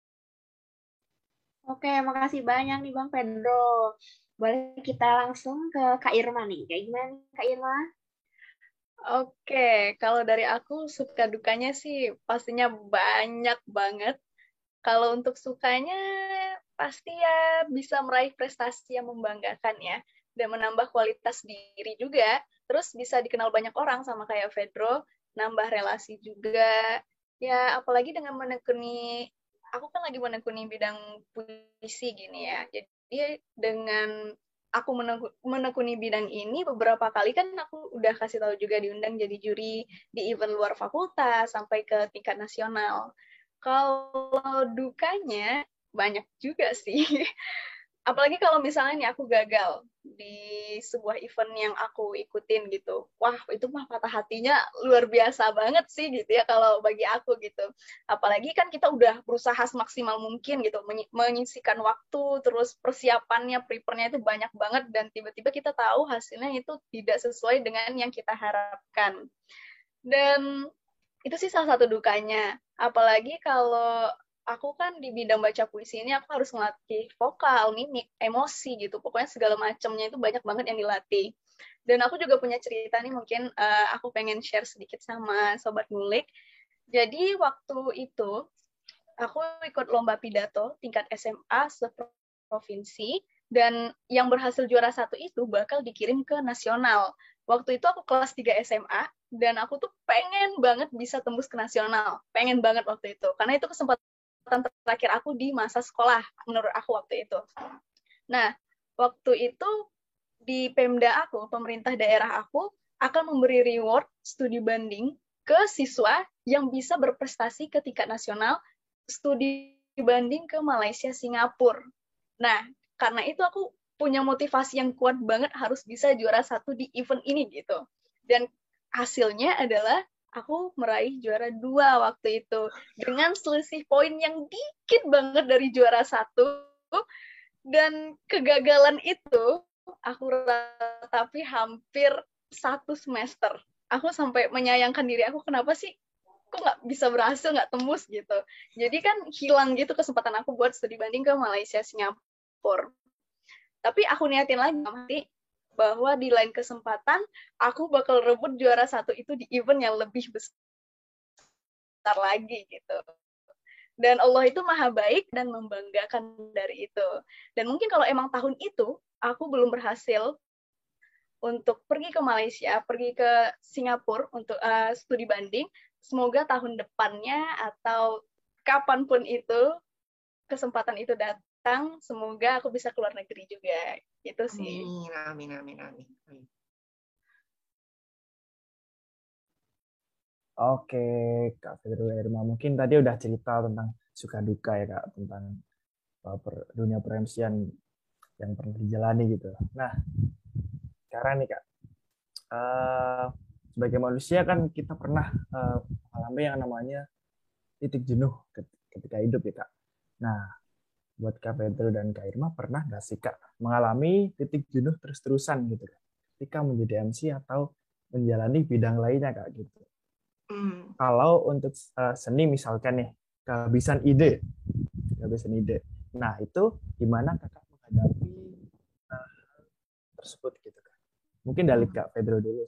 Oke, makasih banyak nih Bang Pedro. Boleh kita langsung ke Kak Irma nih. Kayak gimana nih Kak Irma? Oke, kalau dari aku suka dukanya sih pastinya banyak banget. Kalau untuk sukanya pasti ya bisa meraih prestasi yang membanggakan ya, dan menambah kualitas diri juga. Terus bisa dikenal banyak orang sama kayak Pedro, nambah relasi juga. Ya apalagi dengan aku kan lagi menekuni bidang puisi gini ya. Jadi dengan aku menekuni bidang ini, beberapa kali kan aku udah kasih tahu juga diundang jadi juri di event luar fakultas sampai ke tingkat nasional. Kalau dukanya banyak juga sih. Apalagi kalau misalnya nih aku gagal di sebuah event yang aku ikutin gitu. Wah, itu mah patah hatinya luar biasa banget sih gitu ya kalau bagi aku gitu. Apalagi kan kita udah berusaha semaksimal mungkin gitu, menyisikan waktu, terus persiapannya, prepare-nya itu banyak banget, dan tiba-tiba kita tahu hasilnya itu tidak sesuai dengan yang kita harapkan. Dan itu sih salah satu dukanya. Apalagi kalau aku kan di bidang baca puisi ini aku harus ngelatih vokal, mimik, emosi gitu. Pokoknya segala macamnya itu banyak banget yang dilatih. Dan aku juga punya cerita nih, mungkin aku pengen share sedikit sama Sobat Ngulik. Jadi waktu itu aku ikut lomba pidato tingkat SMA seprovinsi, dan yang berhasil juara 1 itu bakal dikirim ke nasional. Waktu itu aku kelas 3 SMA, dan aku tuh pengen banget bisa tembus ke nasional. Pengen banget waktu itu. Karena itu kesempatan terakhir aku di masa sekolah, menurut aku waktu itu. Nah, waktu itu di Pemda aku, pemerintah daerah aku, akan memberi reward studi banding ke siswa yang bisa berprestasi ke tingkat nasional, studi banding ke Malaysia, Singapura. Nah, karena itu aku punya motivasi yang kuat banget harus bisa juara 1 di event ini gitu. Dan hasilnya adalah aku meraih juara 2 waktu itu dengan selisih poin yang dikit banget dari juara 1. Dan kegagalan itu aku ratapi hampir 1 semester. Aku sampai menyayangkan diri aku, kenapa sih kok nggak bisa berhasil, nggak tembus gitu. Jadi kan hilang gitu kesempatan aku buat studi banding ke Malaysia, Singapura. Tapi aku niatin lagi bahwa di lain kesempatan aku bakal rebut juara 1 itu di event yang lebih besar lagi gitu. Dan Allah itu maha baik dan membanggakan dari itu. Dan mungkin kalau emang tahun itu aku belum berhasil untuk pergi ke Malaysia, pergi ke Singapura untuk studi banding, semoga tahun depannya atau kapanpun itu kesempatan itu datang, semoga aku bisa keluar negeri juga. Itu sih. Amin. Oke, Kak Fedro Irma, mungkin tadi udah cerita tentang suka duka ya Kak, tentang dunia per-MC-an yang pernah dijalani gitu. Nah, sekarang nih Kak, sebagai manusia kan kita pernah mengalami yang namanya titik jenuh ketika hidup ya Kak. Nah, buat Kak Pedro dan Kak Irma, pernah nggak sih Kak mengalami titik jenuh terus-terusan gitu Kak, ketika menjadi MC atau menjalani bidang lainnya Kak gitu? Kalau untuk seni misalkan nih, kehabisan ide. Nah, itu gimana Kakak menghadapi tersebut gitu Kak? Mungkin dari Kak Pedro dulu.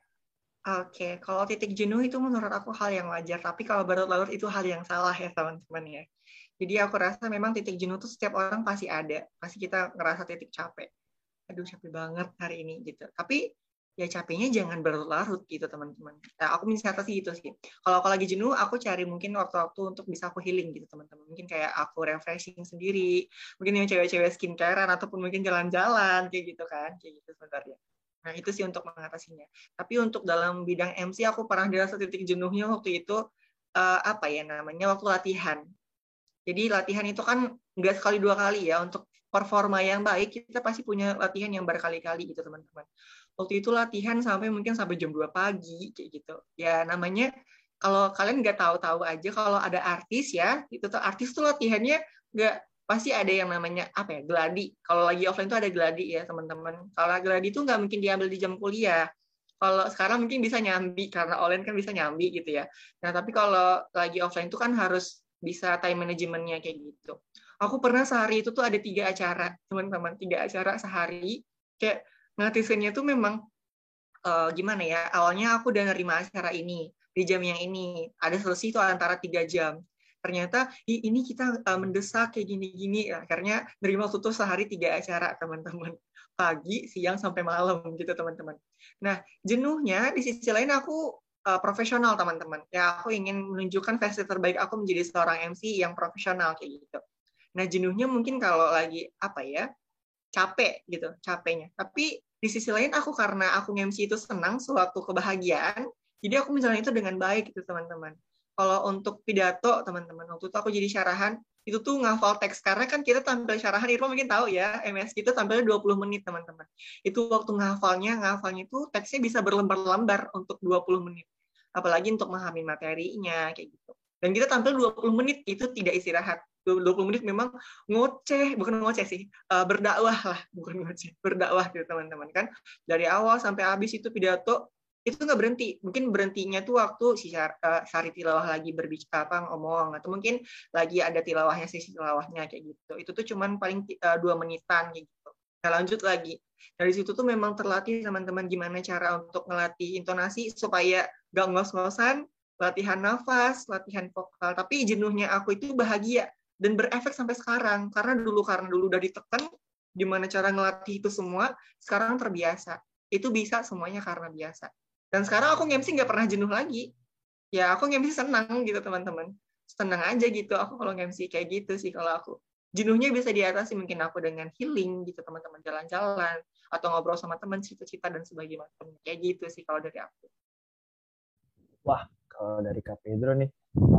Oke, kalau titik jenuh itu menurut aku hal yang wajar, tapi kalau berlarut-larut itu hal yang salah ya teman-teman ya. Jadi aku rasa memang titik jenuh itu setiap orang pasti ada, pasti kita ngerasa titik capek. Aduh capek banget hari ini gitu. Tapi ya capeknya jangan berlarut gitu teman-teman. Nah, aku mencatat sih gitu sih. Kalau aku lagi jenuh, aku cari mungkin waktu-waktu untuk bisa aku healing gitu teman-teman. Mungkin kayak aku refreshing sendiri, mungkin yang cewek-cewek skincarean ataupun mungkin jalan-jalan kayak gitu kan, kayak gitu sebenarnya. Nah itu sih untuk mengatasinya. Tapi untuk dalam bidang MC aku pernah dirasa titik jenuhnya waktu itu apa ya namanya waktu latihan. Jadi latihan itu kan nggak sekali 2 kali ya, untuk performa yang baik kita pasti punya latihan yang berkali-kali gitu teman-teman. Waktu itu latihan sampai jam 2 pagi kayak gitu. Ya namanya kalau kalian nggak tahu-tahu aja kalau ada artis ya, itu tuh artis tuh latihannya nggak pasti ada yang namanya apa ya, gladi. Kalau lagi offline tuh ada gladi ya teman-teman. Kalau gladi tuh nggak mungkin diambil di jam kuliah. Kalau sekarang mungkin bisa nyambi karena online kan bisa nyambi gitu ya. Nah tapi kalau lagi offline tuh kan harus bisa time manajemennya kayak gitu. Aku pernah sehari itu tuh ada 3 acara teman-teman, 3 acara sehari. Kayak ngatisinnya tuh memang gimana ya, awalnya aku udah nerima acara ini di jam yang ini, ada selisih itu antara 3 jam. Ternyata ini kita mendesak kayak gini-gini, akhirnya nerima waktu itu sehari 3 acara teman-teman, pagi, siang sampai malam gitu teman-teman. Nah jenuhnya di sisi lain aku profesional teman-teman, ya aku ingin menunjukkan versi terbaik aku menjadi seorang MC yang profesional kayak gitu. Nah jenuhnya mungkin kalau lagi apa ya, capek gitu, capeknya. Tapi di sisi lain aku karena aku MC itu senang suatu kebahagiaan, jadi aku menjalani itu dengan baik gitu teman-teman. Kalau untuk pidato teman-teman, waktu itu aku jadi syarahan, itu tuh ngafal teks, karena kan kita tampil syarahan, Irma mungkin tahu ya, MS kita tampilnya 20 menit teman-teman. Itu waktu ngafalnya itu teksnya bisa berlembar-lembar untuk 20 menit. Apalagi untuk memahami materinya, kayak gitu. Dan kita tampil 20 menit, itu tidak istirahat. 20 menit memang bukan ngoceh sih, berdakwah lah, bukan ngoceh, berdakwah gitu teman-teman kan. Dari awal sampai habis itu pidato itu nggak berhenti. Mungkin berhentinya tuh waktu si Sari tilawah lagi berbicara ngomong, atau mungkin lagi ada tilawahnya, sesi tilawahnya kayak gitu. Itu tuh cuman paling 2 menitan kayak gitu. Nah, lanjut lagi. Dari situ tuh memang terlatih teman-teman gimana cara untuk ngelatih intonasi supaya gak ngos-ngosan, latihan nafas, latihan vokal. Tapi jenuhnya aku itu bahagia dan berefek sampai sekarang. Karena dulu udah ditekan gimana cara ngelatih itu semua, sekarang terbiasa. Itu bisa semuanya karena biasa. Dan sekarang aku nge-MC nggak pernah jenuh lagi. Ya aku nge-MC senang gitu teman-teman. Senang aja gitu aku kalau nge-MC kayak gitu sih kalau aku. Jenuhnya bisa diatasi mungkin aku dengan healing gitu teman-teman, jalan-jalan atau ngobrol sama teman, cita-cita dan sebagainya. Kayak gitu sih kalau dari aku. Wah, kalau dari Kak Pedro nih,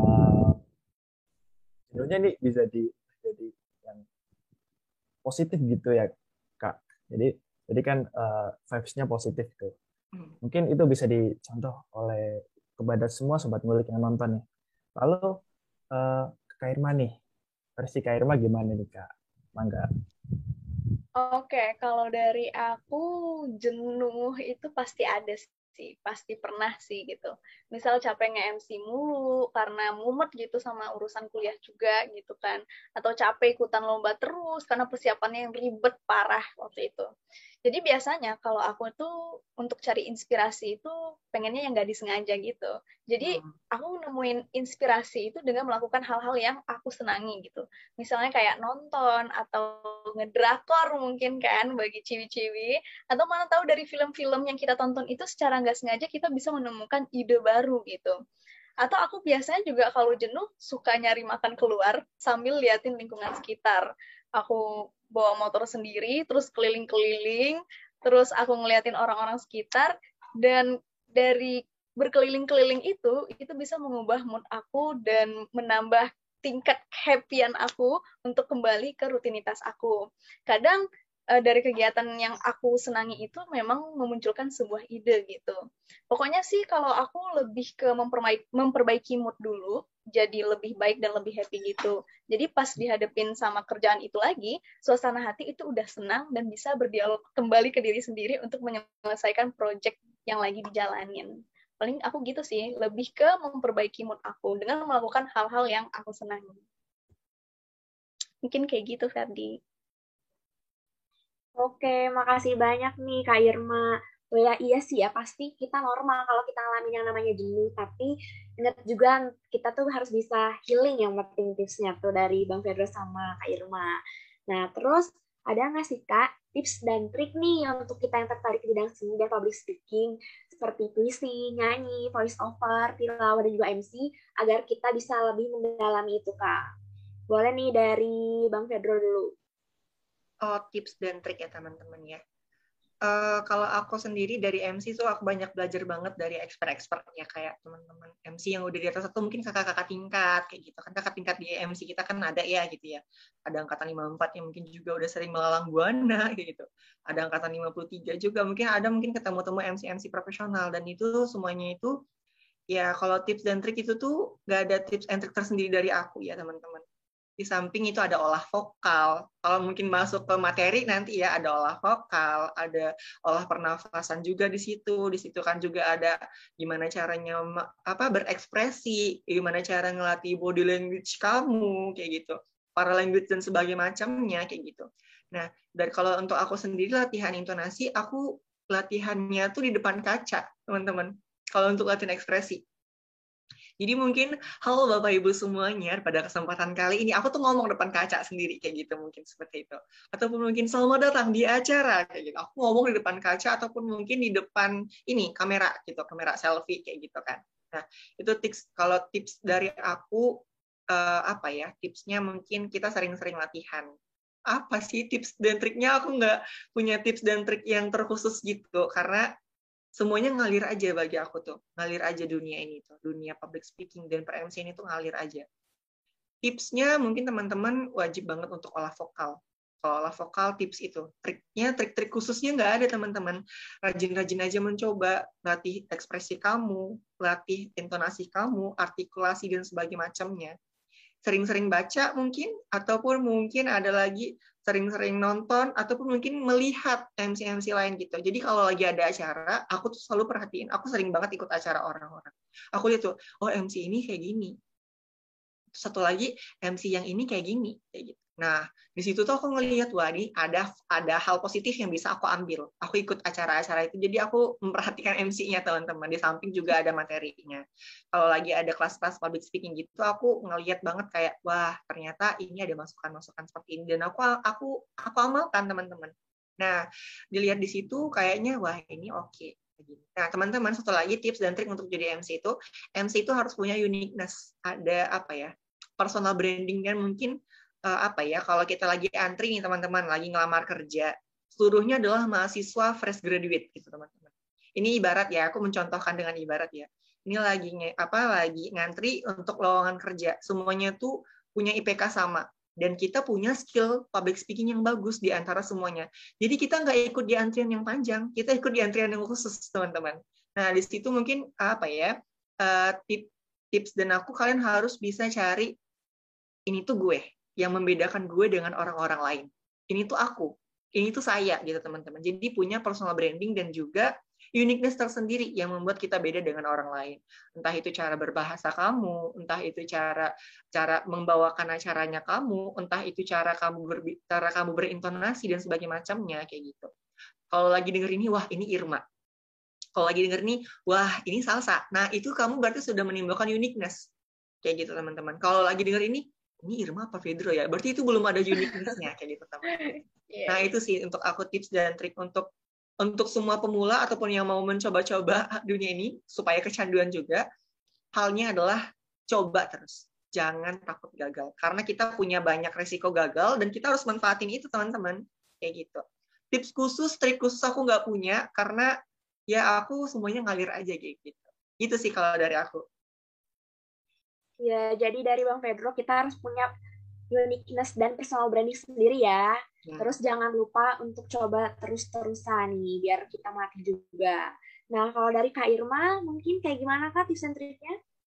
jenuhnya nih bisa jadi yang positif gitu ya, Kak. Jadi kan vibes-nya positif tuh. Mungkin itu bisa dicontoh oleh kepada semua sobat ngulik yang nonton nih. Lalu Kak Irma nih, versi Kak Irma gimana nih Kak? Mangga. Oke, kalau dari aku jenuh itu pasti ada sih, pasti pernah sih gitu. Misal capek nge-MC mulu karena mumet gitu sama urusan kuliah juga gitu kan. Atau capek ikutan lomba terus karena persiapannya yang ribet parah waktu itu. Jadi biasanya kalau aku tuh untuk cari inspirasi itu pengennya yang nggak disengaja gitu. Jadi aku nemuin inspirasi itu dengan melakukan hal-hal yang aku senangi gitu. Misalnya kayak nonton atau ngedrakor mungkin kan bagi ciwi-ciwi. Atau mana tahu dari film-film yang kita tonton itu secara nggak sengaja kita bisa menemukan ide baru gitu. Atau aku biasanya juga kalau jenuh suka nyari makan keluar sambil liatin lingkungan sekitar. Aku bawa motor sendiri, terus keliling-keliling, terus aku ngeliatin orang-orang sekitar, dan dari berkeliling-keliling itu bisa mengubah mood aku dan menambah tingkat happy-an aku untuk kembali ke rutinitas aku. Kadang dari kegiatan yang aku senangi itu memang memunculkan sebuah ide gitu. Pokoknya sih kalau aku lebih ke memperbaiki mood dulu, jadi lebih baik dan lebih happy gitu. Jadi pas dihadapin sama kerjaan itu lagi, suasana hati itu udah senang dan bisa berdialog kembali ke diri sendiri untuk menyelesaikan project yang lagi dijalanin. Paling aku gitu sih, lebih ke memperbaiki mood aku dengan melakukan hal-hal yang aku senangi. Mungkin kayak gitu, Ferdi. Oke, makasih banyak nih Kak Irma. Oh ya, iya sih ya, pasti kita normal kalau kita ngalamin yang namanya jenuh, tapi ingat juga kita tuh harus bisa healing yang penting tipsnya tuh dari Bang Pedro sama Kak Irma. Nah, terus ada nggak sih Kak tips dan trik nih untuk kita yang tertarik di bidang seni dan public speaking, seperti puisi, nyanyi, voice over, tilawah, dan juga MC, agar kita bisa lebih mendalami itu Kak? Boleh nih dari Bang Pedro dulu. Oh, tips dan trik ya teman-teman ya. Kalau aku sendiri dari MC tuh aku banyak belajar banget dari expert-expertnya kayak teman-teman MC yang udah di atas atau mungkin kakak-kakak tingkat kayak gitu kan, kakak tingkat di MC kita kan ada ya gitu ya, ada angkatan 54 yang mungkin juga udah sering melalang buana kayak gitu, ada angkatan 53 juga, mungkin ketemu-temu MC profesional, dan itu semuanya itu ya kalau tips dan trik itu tuh nggak ada tips and trik tersendiri dari aku ya teman-teman. Di samping itu ada olah vokal. Kalau mungkin masuk ke materi nanti ya ada olah vokal, ada olah pernafasan juga di situ. Di situ kan juga ada gimana caranya berekspresi, gimana cara ngelatih body language kamu kayak gitu. Para language dan sebagainya macamnya kayak gitu. Nah, dan kalau untuk aku sendiri latihan intonasi, aku latihannya tuh di depan kaca, teman-teman. Kalau untuk latihan ekspresi. Jadi mungkin, halo Bapak Ibu semuanya, pada kesempatan kali ini aku tuh ngomong depan kaca sendiri, kayak gitu mungkin seperti itu. Ataupun mungkin selamat datang di acara, kayak gitu. Aku ngomong di depan kaca, ataupun mungkin di depan ini, kamera gitu, kamera selfie, kayak gitu kan. Nah, itu kalau tips dari aku, tipsnya mungkin kita sering-sering latihan. Apa sih tips dan triknya? Aku nggak punya tips dan trik yang terkhusus gitu, karena semuanya ngalir aja bagi aku tuh. Ngalir aja dunia ini tuh. Dunia public speaking dan per-MC ini tuh ngalir aja. Tipsnya mungkin teman-teman wajib banget untuk olah vokal. Kalau olah vokal tips itu. Triknya, trik-trik khususnya nggak ada teman-teman. Rajin-rajin aja mencoba. Latih ekspresi kamu, latih intonasi kamu, artikulasi dan sebagainya macamnya. Sering-sering baca mungkin, ataupun mungkin ada lagi sering-sering nonton ataupun mungkin melihat MC-MC lain gitu. Jadi kalau lagi ada acara, aku tuh selalu perhatiin. Aku sering banget ikut acara orang-orang. Aku lihat tuh, oh MC ini kayak gini. Satu lagi MC yang ini kayak gini, kayak gitu. Nah, di situ tuh aku ngelihat, wah ini ada hal positif yang bisa aku ambil. Aku ikut acara-acara itu, jadi aku memperhatikan MC-nya teman-teman. Di samping juga ada materinya. Kalau lagi ada kelas-kelas public speaking gitu, aku ngelihat banget kayak, wah ternyata ini ada masukan-masukan seperti ini, dan aku amalkan teman-teman. Nah, dilihat di situ kayaknya, wah ini oke. Nah, teman-teman, satu lagi tips dan trik untuk jadi MC itu harus punya uniqueness. Ada apa ya? Personal branding, dan mungkin apa ya, kalau kita lagi antri nih teman-teman, lagi ngelamar kerja, seluruhnya adalah mahasiswa fresh graduate gitu teman-teman. Ini ibarat ya, aku mencontohkan dengan ibarat ya. Ini lagi ngantri untuk lowongan kerja, semuanya tuh punya IPK sama, dan kita punya skill public speaking yang bagus di antara semuanya. Jadi kita nggak ikut di antrian yang panjang, kita ikut di antrian yang khusus teman-teman. Nah, di situ mungkin apa ya, tips dan kalian harus bisa cari, ini tuh gue, yang membedakan gue dengan orang-orang lain. Ini tuh aku, ini tuh saya gitu teman-teman. Jadi punya personal branding dan juga uniqueness tersendiri yang membuat kita beda dengan orang lain. Entah itu cara berbahasa kamu, entah itu cara membawakan acaranya kamu, entah itu cara kamu berintonasi dan sebagainya macamnya kayak gitu. Kalau lagi denger ini, wah ini Irma. Kalau lagi denger ini, wah ini Salsa. Nah, itu kamu berarti sudah menimbulkan uniqueness. Kayak gitu teman-teman. Kalau lagi denger ini Irma apa Pedro ya? Berarti itu belum ada uniqueness-nya kayak gitu teman-teman. Nah, itu sih untuk aku tips dan trik untuk semua pemula ataupun yang mau mencoba-coba dunia ini supaya kecanduan juga. Halnya adalah coba terus. Jangan takut gagal. Karena kita punya banyak resiko gagal dan kita harus manfaatin itu teman-teman. Kayak gitu. Tips khusus, trik khusus aku nggak punya karena ya aku semuanya ngalir aja kayak gitu. Itu sih kalau dari aku. Ya, jadi dari Bang Pedro kita harus punya uniqueness dan personal branding sendiri ya. Terus jangan lupa untuk coba terus-terusan nih, biar kita mati juga. Nah, kalau dari Kak Irma, mungkin kayak gimana Kak tips and triknya?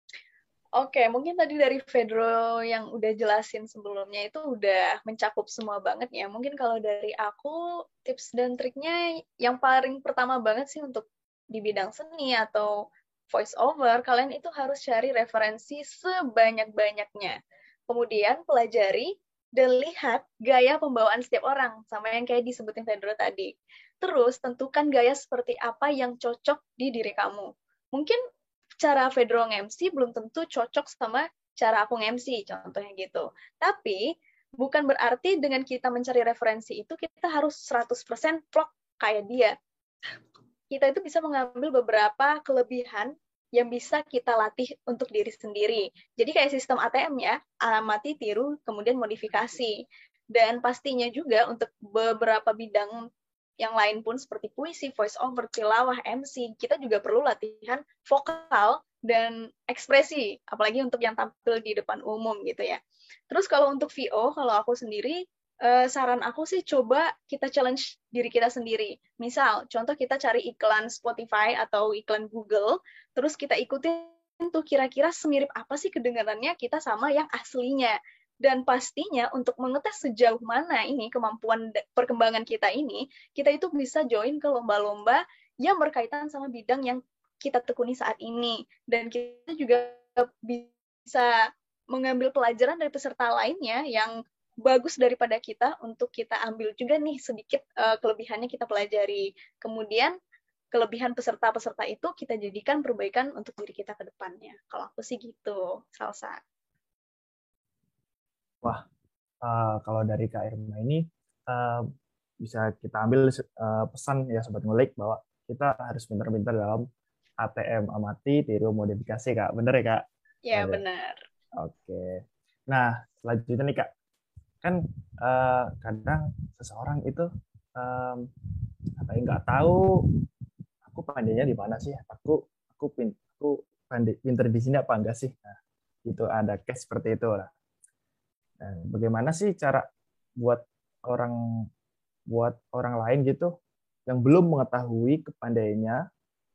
Oke, mungkin tadi dari Pedro yang udah jelasin sebelumnya itu udah mencakup semua banget ya. Mungkin kalau dari aku, tips dan triknya yang paling pertama banget sih untuk di bidang seni atau voice over, kalian itu harus cari referensi sebanyak-banyaknya. Kemudian pelajari dan lihat gaya pembawaan setiap orang, sama yang kayak disebutin Pedro tadi. Terus tentukan gaya seperti apa yang cocok di diri kamu. Mungkin cara Pedro nge-MC belum tentu cocok sama cara aku nge-MC, contohnya gitu. Tapi bukan berarti dengan kita mencari referensi itu kita harus 100% vlog kayak dia. Kita itu bisa mengambil beberapa kelebihan yang bisa kita latih untuk diri sendiri. Jadi kayak sistem ATM ya, amati, tiru, kemudian modifikasi. Dan pastinya juga untuk beberapa bidang yang lain pun seperti puisi, voice over, tilawah, MC, kita juga perlu latihan vokal dan ekspresi, apalagi untuk yang tampil di depan umum gitu ya. Terus kalau untuk VO, kalau aku sendiri, saran aku sih coba kita challenge diri kita sendiri. Misal, contoh kita cari iklan Spotify atau iklan Google, terus kita ikutin tuh kira-kira semirip apa sih kedengarannya kita sama yang aslinya. Dan pastinya untuk mengetes sejauh mana ini kemampuan perkembangan kita ini, kita itu bisa join ke lomba-lomba yang berkaitan sama bidang yang kita tekuni saat ini. Dan kita juga bisa mengambil pelajaran dari peserta lainnya yang bagus daripada kita untuk kita ambil juga nih sedikit kelebihannya kita pelajari. Kemudian kelebihan peserta-peserta itu kita jadikan perbaikan untuk diri kita ke depannya. Kalau aku sih gitu, Salsa. Wah, kalau dari Kak Irma ini bisa kita ambil pesan ya Sobat Ngulik bahwa kita harus pintar-pintar dalam ATM, amati, tiru, modifikasi, Kak. Bener ya, Kak? Ya, benar. Oke. Nah, selanjutnya nih, Kak. Kan kadang seseorang itu nggak tahu aku pandainya di mana sih, aku pinter di sini apa enggak sih. Nah, itu ada case seperti itu lah. Nah, bagaimana sih cara buat orang lain gitu yang belum mengetahui kepandainya,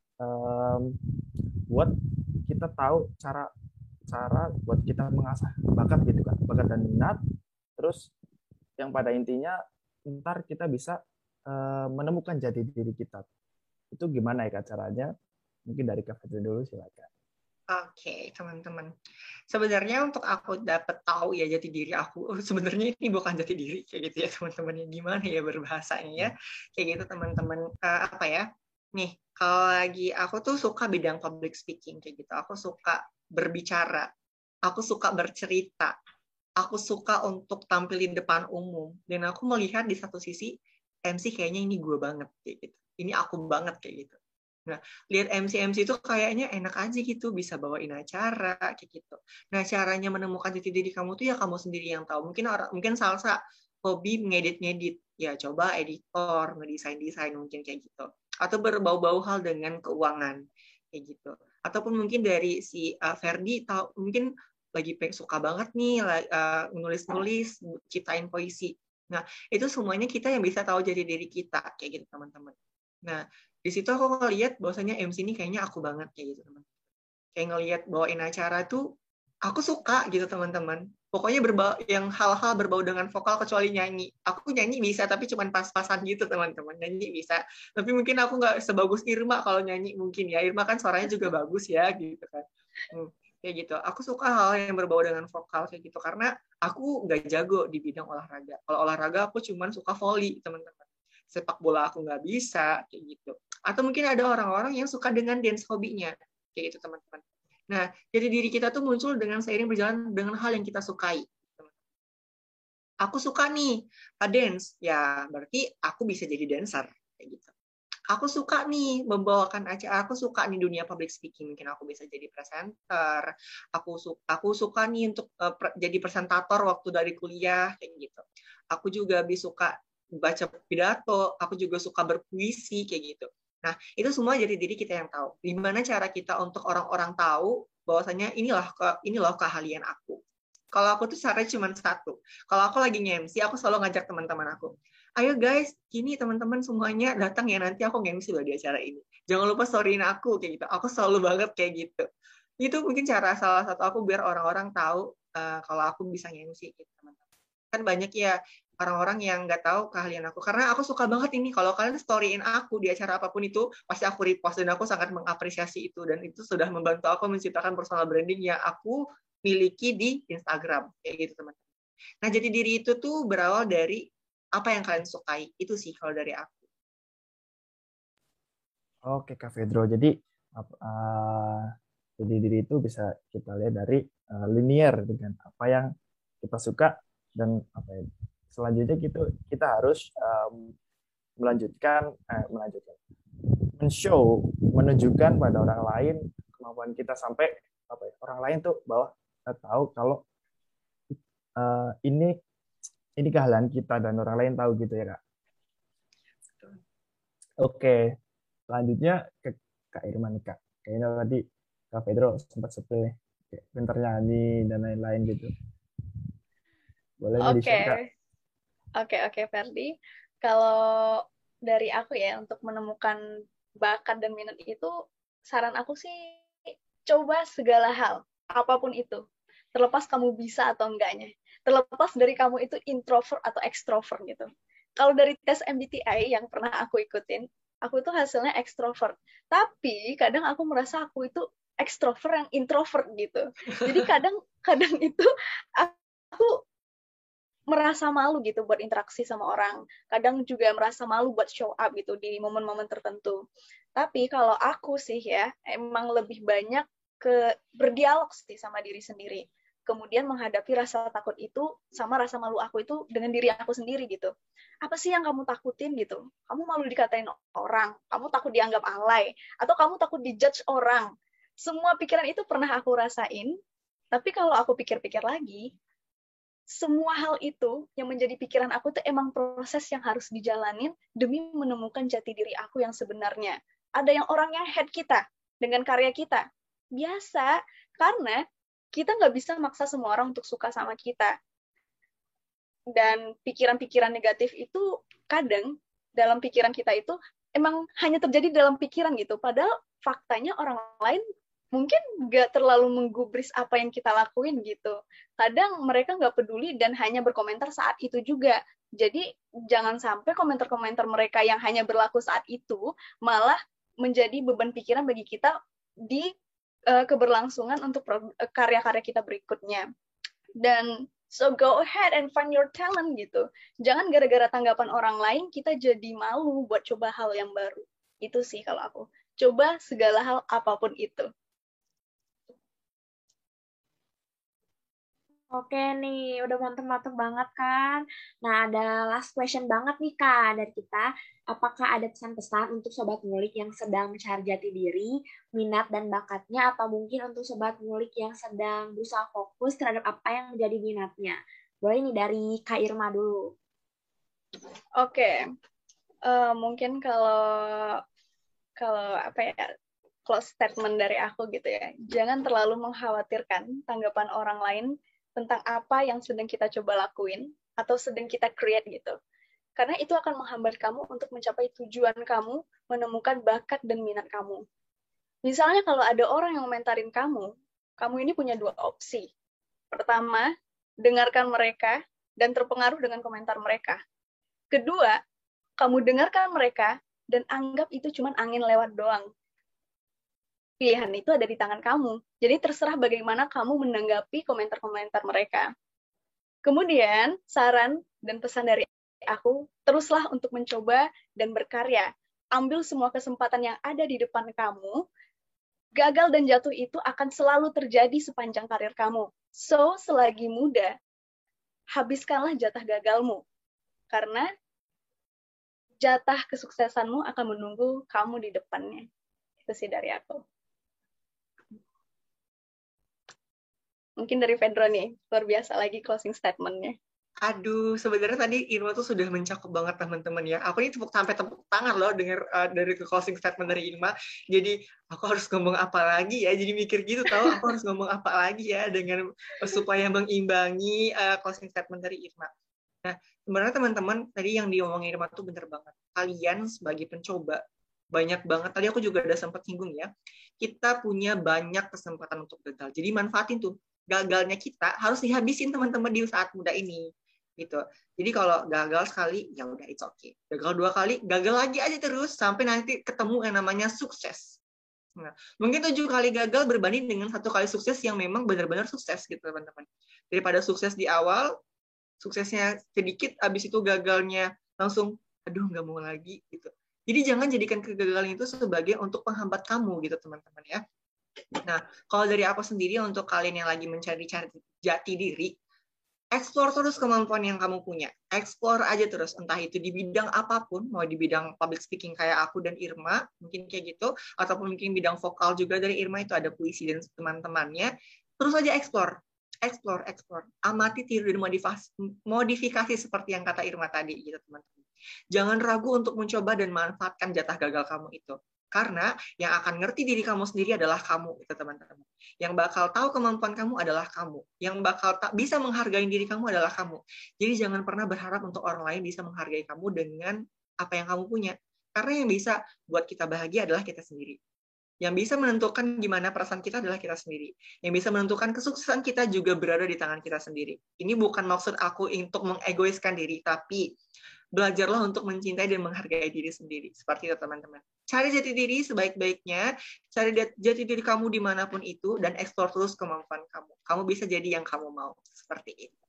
buat kita tahu cara buat kita mengasah bakat gitu kan, bakat dan minat. Terus yang pada intinya ntar kita bisa menemukan jati diri kita. Itu gimana ya Kak caranya? Mungkin dari Kak Fitri dulu silakan. Oke, teman-teman. Sebenarnya untuk aku dapat tahu ya jati diri aku, sebenarnya ini bukan jati diri kayak gitu ya teman-teman. Gimana ya berbahasanya ya? Kayak gitu teman-teman. Apa ya? Nih, kalau lagi aku tuh suka bidang public speaking kayak gitu. Aku suka berbicara. Aku suka bercerita. Aku suka untuk tampil di depan umum. Dan aku melihat di satu sisi MC kayaknya ini gue banget kayak gitu. Ini aku banget kayak gitu. Nah, lihat MC itu kayaknya enak aja gitu, bisa bawain acara kayak gitu. Nah, caranya menemukan jati diri kamu tuh ya kamu sendiri yang tahu. Mungkin Salsa hobi ngedit, ya coba editor, ngedesain mungkin kayak gitu. Atau berbau-bau hal dengan keuangan kayak gitu. Ataupun mungkin dari si Ferdi tahu mungkin lagi suka banget nih nulis-nulis, ciptain puisi. Nah, itu semuanya kita yang bisa tahu jati diri kita kayak gitu, teman-teman. Nah, di situ aku ngelihat bahwasanya MC ini kayaknya aku banget kayak gitu teman. Kayak ngelihat bawain acara tuh aku suka gitu teman-teman. Pokoknya yang hal-hal berbau dengan vokal kecuali nyanyi. Aku nyanyi bisa tapi cuma pas-pasan gitu teman-teman. Nyanyi bisa. Tapi mungkin aku nggak sebagus Irma kalau nyanyi mungkin ya. Irma kan suaranya juga bagus ya gitu kan. Kayak gitu. Aku suka hal yang berbau dengan vokal kayak gitu karena aku nggak jago di bidang olahraga. Kalau olahraga aku cuma suka volley teman-teman. Sepak bola aku nggak bisa kayak gitu. Atau mungkin ada orang-orang yang suka dengan dance hobinya kayak gitu teman-teman. Nah, jadi diri kita tuh muncul dengan seiring berjalan dengan hal yang kita sukai. Aku suka nih dance, ya berarti aku bisa jadi dancer kayak gitu. Aku suka nih membawakan acara, aku suka nih dunia public speaking, mungkin aku bisa jadi presenter. Aku suka nih untuk jadi presentator waktu dari kuliah kayak gitu. Aku juga suka baca pidato, aku juga suka berpuisi kayak gitu. Nah, itu semua jadi diri kita yang tahu. Gimana cara kita untuk orang-orang tahu bahwasanya inilah keahlian aku. Kalau aku tuh caranya cuma satu. Kalau aku lagi nge-MC, aku selalu ngajak teman-teman aku. Ayo guys, gini teman-teman semuanya datang ya, nanti aku nge-MC loh di acara ini. Jangan lupa storyin aku kayak gitu. Aku selalu banget kayak gitu. Itu mungkin cara salah satu aku biar orang-orang tahu kalau aku bisa nge-MC gitu teman-teman. Kan banyak ya orang-orang yang nggak tahu keahlian aku. Karena aku suka banget ini. Kalau kalian storyin aku di acara apapun itu, pasti aku repost. Dan aku sangat mengapresiasi itu. Dan itu sudah membantu aku menciptakan personal branding yang aku miliki di Instagram. Kayak gitu, teman-teman. Nah, jadi diri itu tuh berawal dari apa yang kalian sukai. Itu sih kalau dari aku. Oke, Kak Fedro. Jadi diri itu bisa kita lihat dari linear dengan apa yang kita suka dan apa ya. Selanjutnya kita harus menunjukkan pada orang lain kemampuan kita sampai apa ya, orang lain tuh bahwa kita tahu kalau ini keahlian kita dan orang lain tahu gitu ya Kak. Oke, selanjutnya ke Kak Irma nih Kak. Kayaknya tadi Kak Pedro sempat sepil nih, pintar nyanyi dan lain-lain gitu. Boleh di-share Kak? Oke, Ferdi. Kalau dari aku ya, untuk menemukan bakat dan minat itu, saran aku sih coba segala hal, apapun itu. Terlepas kamu bisa atau enggaknya. Terlepas dari kamu itu introvert atau extrovert gitu. Kalau dari tes MBTI yang pernah aku ikutin, aku itu hasilnya extrovert. Tapi kadang aku merasa aku itu extrovert yang introvert gitu. Jadi kadang itu aku merasa malu gitu buat interaksi sama orang. Kadang juga merasa malu buat show up gitu di momen-momen tertentu. Tapi kalau aku sih ya, emang lebih banyak ke berdialog sih sama diri sendiri. Kemudian menghadapi rasa takut itu sama rasa malu aku itu dengan diri aku sendiri gitu. Apa sih yang kamu takutin gitu? Kamu malu dikatain orang, kamu takut dianggap alay, atau kamu takut dijudge orang. Semua pikiran itu pernah aku rasain, tapi kalau aku pikir-pikir lagi, semua hal itu yang menjadi pikiran aku tuh emang proses yang harus dijalanin demi menemukan jati diri aku yang sebenarnya. Ada yang orang yang head kita dengan karya kita. Biasa, karena kita nggak bisa maksa semua orang untuk suka sama kita. Dan pikiran-pikiran negatif itu kadang dalam pikiran kita itu emang hanya terjadi dalam pikiran gitu. Padahal faktanya orang lain mungkin nggak terlalu menggubris apa yang kita lakuin gitu. Kadang mereka nggak peduli dan hanya berkomentar saat itu juga. Jadi jangan sampai komentar-komentar mereka yang hanya berlaku saat itu malah menjadi beban pikiran bagi kita di keberlangsungan untuk karya-karya kita berikutnya. Dan so go ahead and find your talent gitu. Jangan gara-gara tanggapan orang lain kita jadi malu buat coba hal yang baru. Itu sih kalau aku. Coba segala hal apapun itu. Oke nih, udah mantep-mantep banget kan. Nah, ada last question banget nih Kak dari kita. Apakah ada pesan-pesan untuk sobat ngulik yang sedang mencari jati diri, minat dan bakatnya, atau mungkin untuk sobat ngulik yang sedang berusaha fokus terhadap apa yang menjadi minatnya? Boleh nih dari Kak Irma dulu. Oke. Mungkin kalau apa ya, close statement dari aku gitu ya. Jangan terlalu mengkhawatirkan tanggapan orang lain tentang apa yang sedang kita coba lakuin atau sedang kita create gitu. Karena itu akan menghambat kamu untuk mencapai tujuan kamu, menemukan bakat dan minat kamu. Misalnya kalau ada orang yang komentarin kamu ini punya dua opsi. Pertama, dengarkan mereka dan terpengaruh dengan komentar mereka. Kedua, kamu dengarkan mereka dan anggap itu cuma angin lewat doang. Pilihan itu ada di tangan kamu. Jadi terserah bagaimana kamu menanggapi komentar-komentar mereka. Kemudian, saran dan pesan dari aku, teruslah untuk mencoba dan berkarya. Ambil semua kesempatan yang ada di depan kamu. Gagal dan jatuh itu akan selalu terjadi sepanjang karir kamu. So, selagi muda, habiskanlah jatah gagalmu. Karena jatah kesuksesanmu akan menunggu kamu di depannya. Itu sih dari aku. Mungkin dari Pedro nih, luar biasa lagi closing statement-nya. Aduh, sebenarnya tadi Irma tuh sudah mencakup banget teman-teman ya. Aku ini sampai tepuk tangan loh dengar dari closing statement dari Irma. Jadi aku harus ngomong apa lagi ya? Jadi mikir gitu tahu aku harus ngomong apa lagi ya dengan supaya mengimbangi closing statement dari Irma. Nah, sebenarnya teman-teman tadi yang diomongin Irma tuh bener banget. Kalian sebagai pencoba banyak banget. Tadi aku juga udah sempat singgung ya. Kita punya banyak kesempatan untuk gagal. Jadi manfaatin tuh gagalnya kita harus dihabisin teman-teman di saat muda ini gitu. Jadi kalau gagal sekali ya udah it's okay. Gagal 2 kali, gagal lagi aja terus sampai nanti ketemu yang namanya sukses. Nah, mungkin 7 kali gagal berbanding dengan 1 kali sukses yang memang benar-benar sukses gitu teman-teman. Daripada sukses di awal, suksesnya sedikit, habis itu gagalnya langsung aduh nggak mau lagi gitu. Jadi jangan jadikan kegagalan itu sebagai untuk penghambat kamu gitu teman-teman ya. Nah, kalau dari aku sendiri untuk kalian yang lagi mencari jati diri, explore terus kemampuan yang kamu punya. Explore aja terus, entah itu di bidang apapun, mau di bidang public speaking kayak aku dan Irma, mungkin kayak gitu, ataupun mungkin bidang vokal juga dari Irma itu ada puisi dan teman-temannya. Terus aja explore. Amati, tiru, dan modifikasi seperti yang kata Irma tadi, gitu teman-teman. Jangan ragu untuk mencoba dan manfaatkan jatah gagal kamu itu. Karena yang akan ngerti diri kamu sendiri adalah kamu, itu teman-teman. Yang bakal tahu kemampuan kamu adalah kamu. Yang bakal bisa menghargai diri kamu adalah kamu. Jadi jangan pernah berharap untuk orang lain bisa menghargai kamu dengan apa yang kamu punya. Karena yang bisa buat kita bahagia adalah kita sendiri. Yang bisa menentukan gimana perasaan kita adalah kita sendiri. Yang bisa menentukan kesuksesan kita juga berada di tangan kita sendiri. Ini bukan maksud aku untuk mengegoiskan diri, tapi belajarlah untuk mencintai dan menghargai diri sendiri. Seperti itu teman-teman. Cari jati diri sebaik-baiknya, cari jati diri kamu dimanapun itu, dan eksplor terus kemampuan kamu. Kamu bisa jadi yang kamu mau. Seperti itu.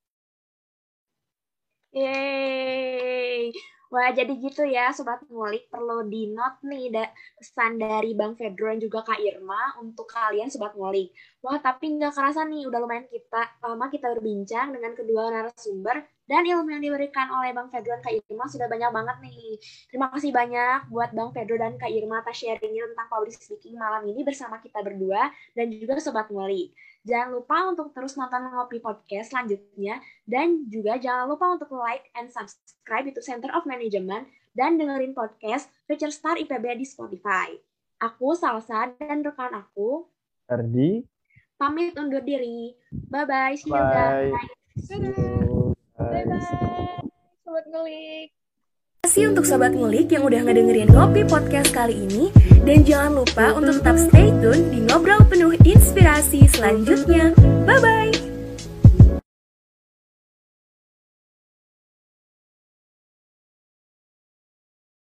Yeay. Wah, jadi gitu ya, Sobat Ngulik. Perlu di-note nih pesan dari Bang Pedro dan juga Kak Irma untuk kalian Sobat Ngulik. Wah, tapi nggak kerasa nih, udah lumayan lama kita berbincang dengan kedua narasumber, dan ilmu yang diberikan oleh Bang Pedro dan Kak Irma sudah banyak banget nih. Terima kasih banyak buat Bang Pedro dan Kak Irma atas sharingnya tentang public speaking malam ini bersama kita berdua, dan juga Sobat Ngulik. Jangan lupa untuk terus nonton Ngopi Podcast selanjutnya, dan juga jangan lupa untuk like and subscribe itu Center of Management, dan dengerin podcast Future Star IPB di Spotify. Aku, Salsa, dan rekan aku, Ferdi, pamit undur diri. Bye-bye, see you bye. guys. Bye-bye, Sobat Ngulik. kasih untuk Sobat Ngulik yang udah ngedengerin Ngopi Podcast kali ini. Dan jangan lupa untuk tetap stay tune di Ngobrol Penuh Inspirasi selanjutnya. Bye-bye!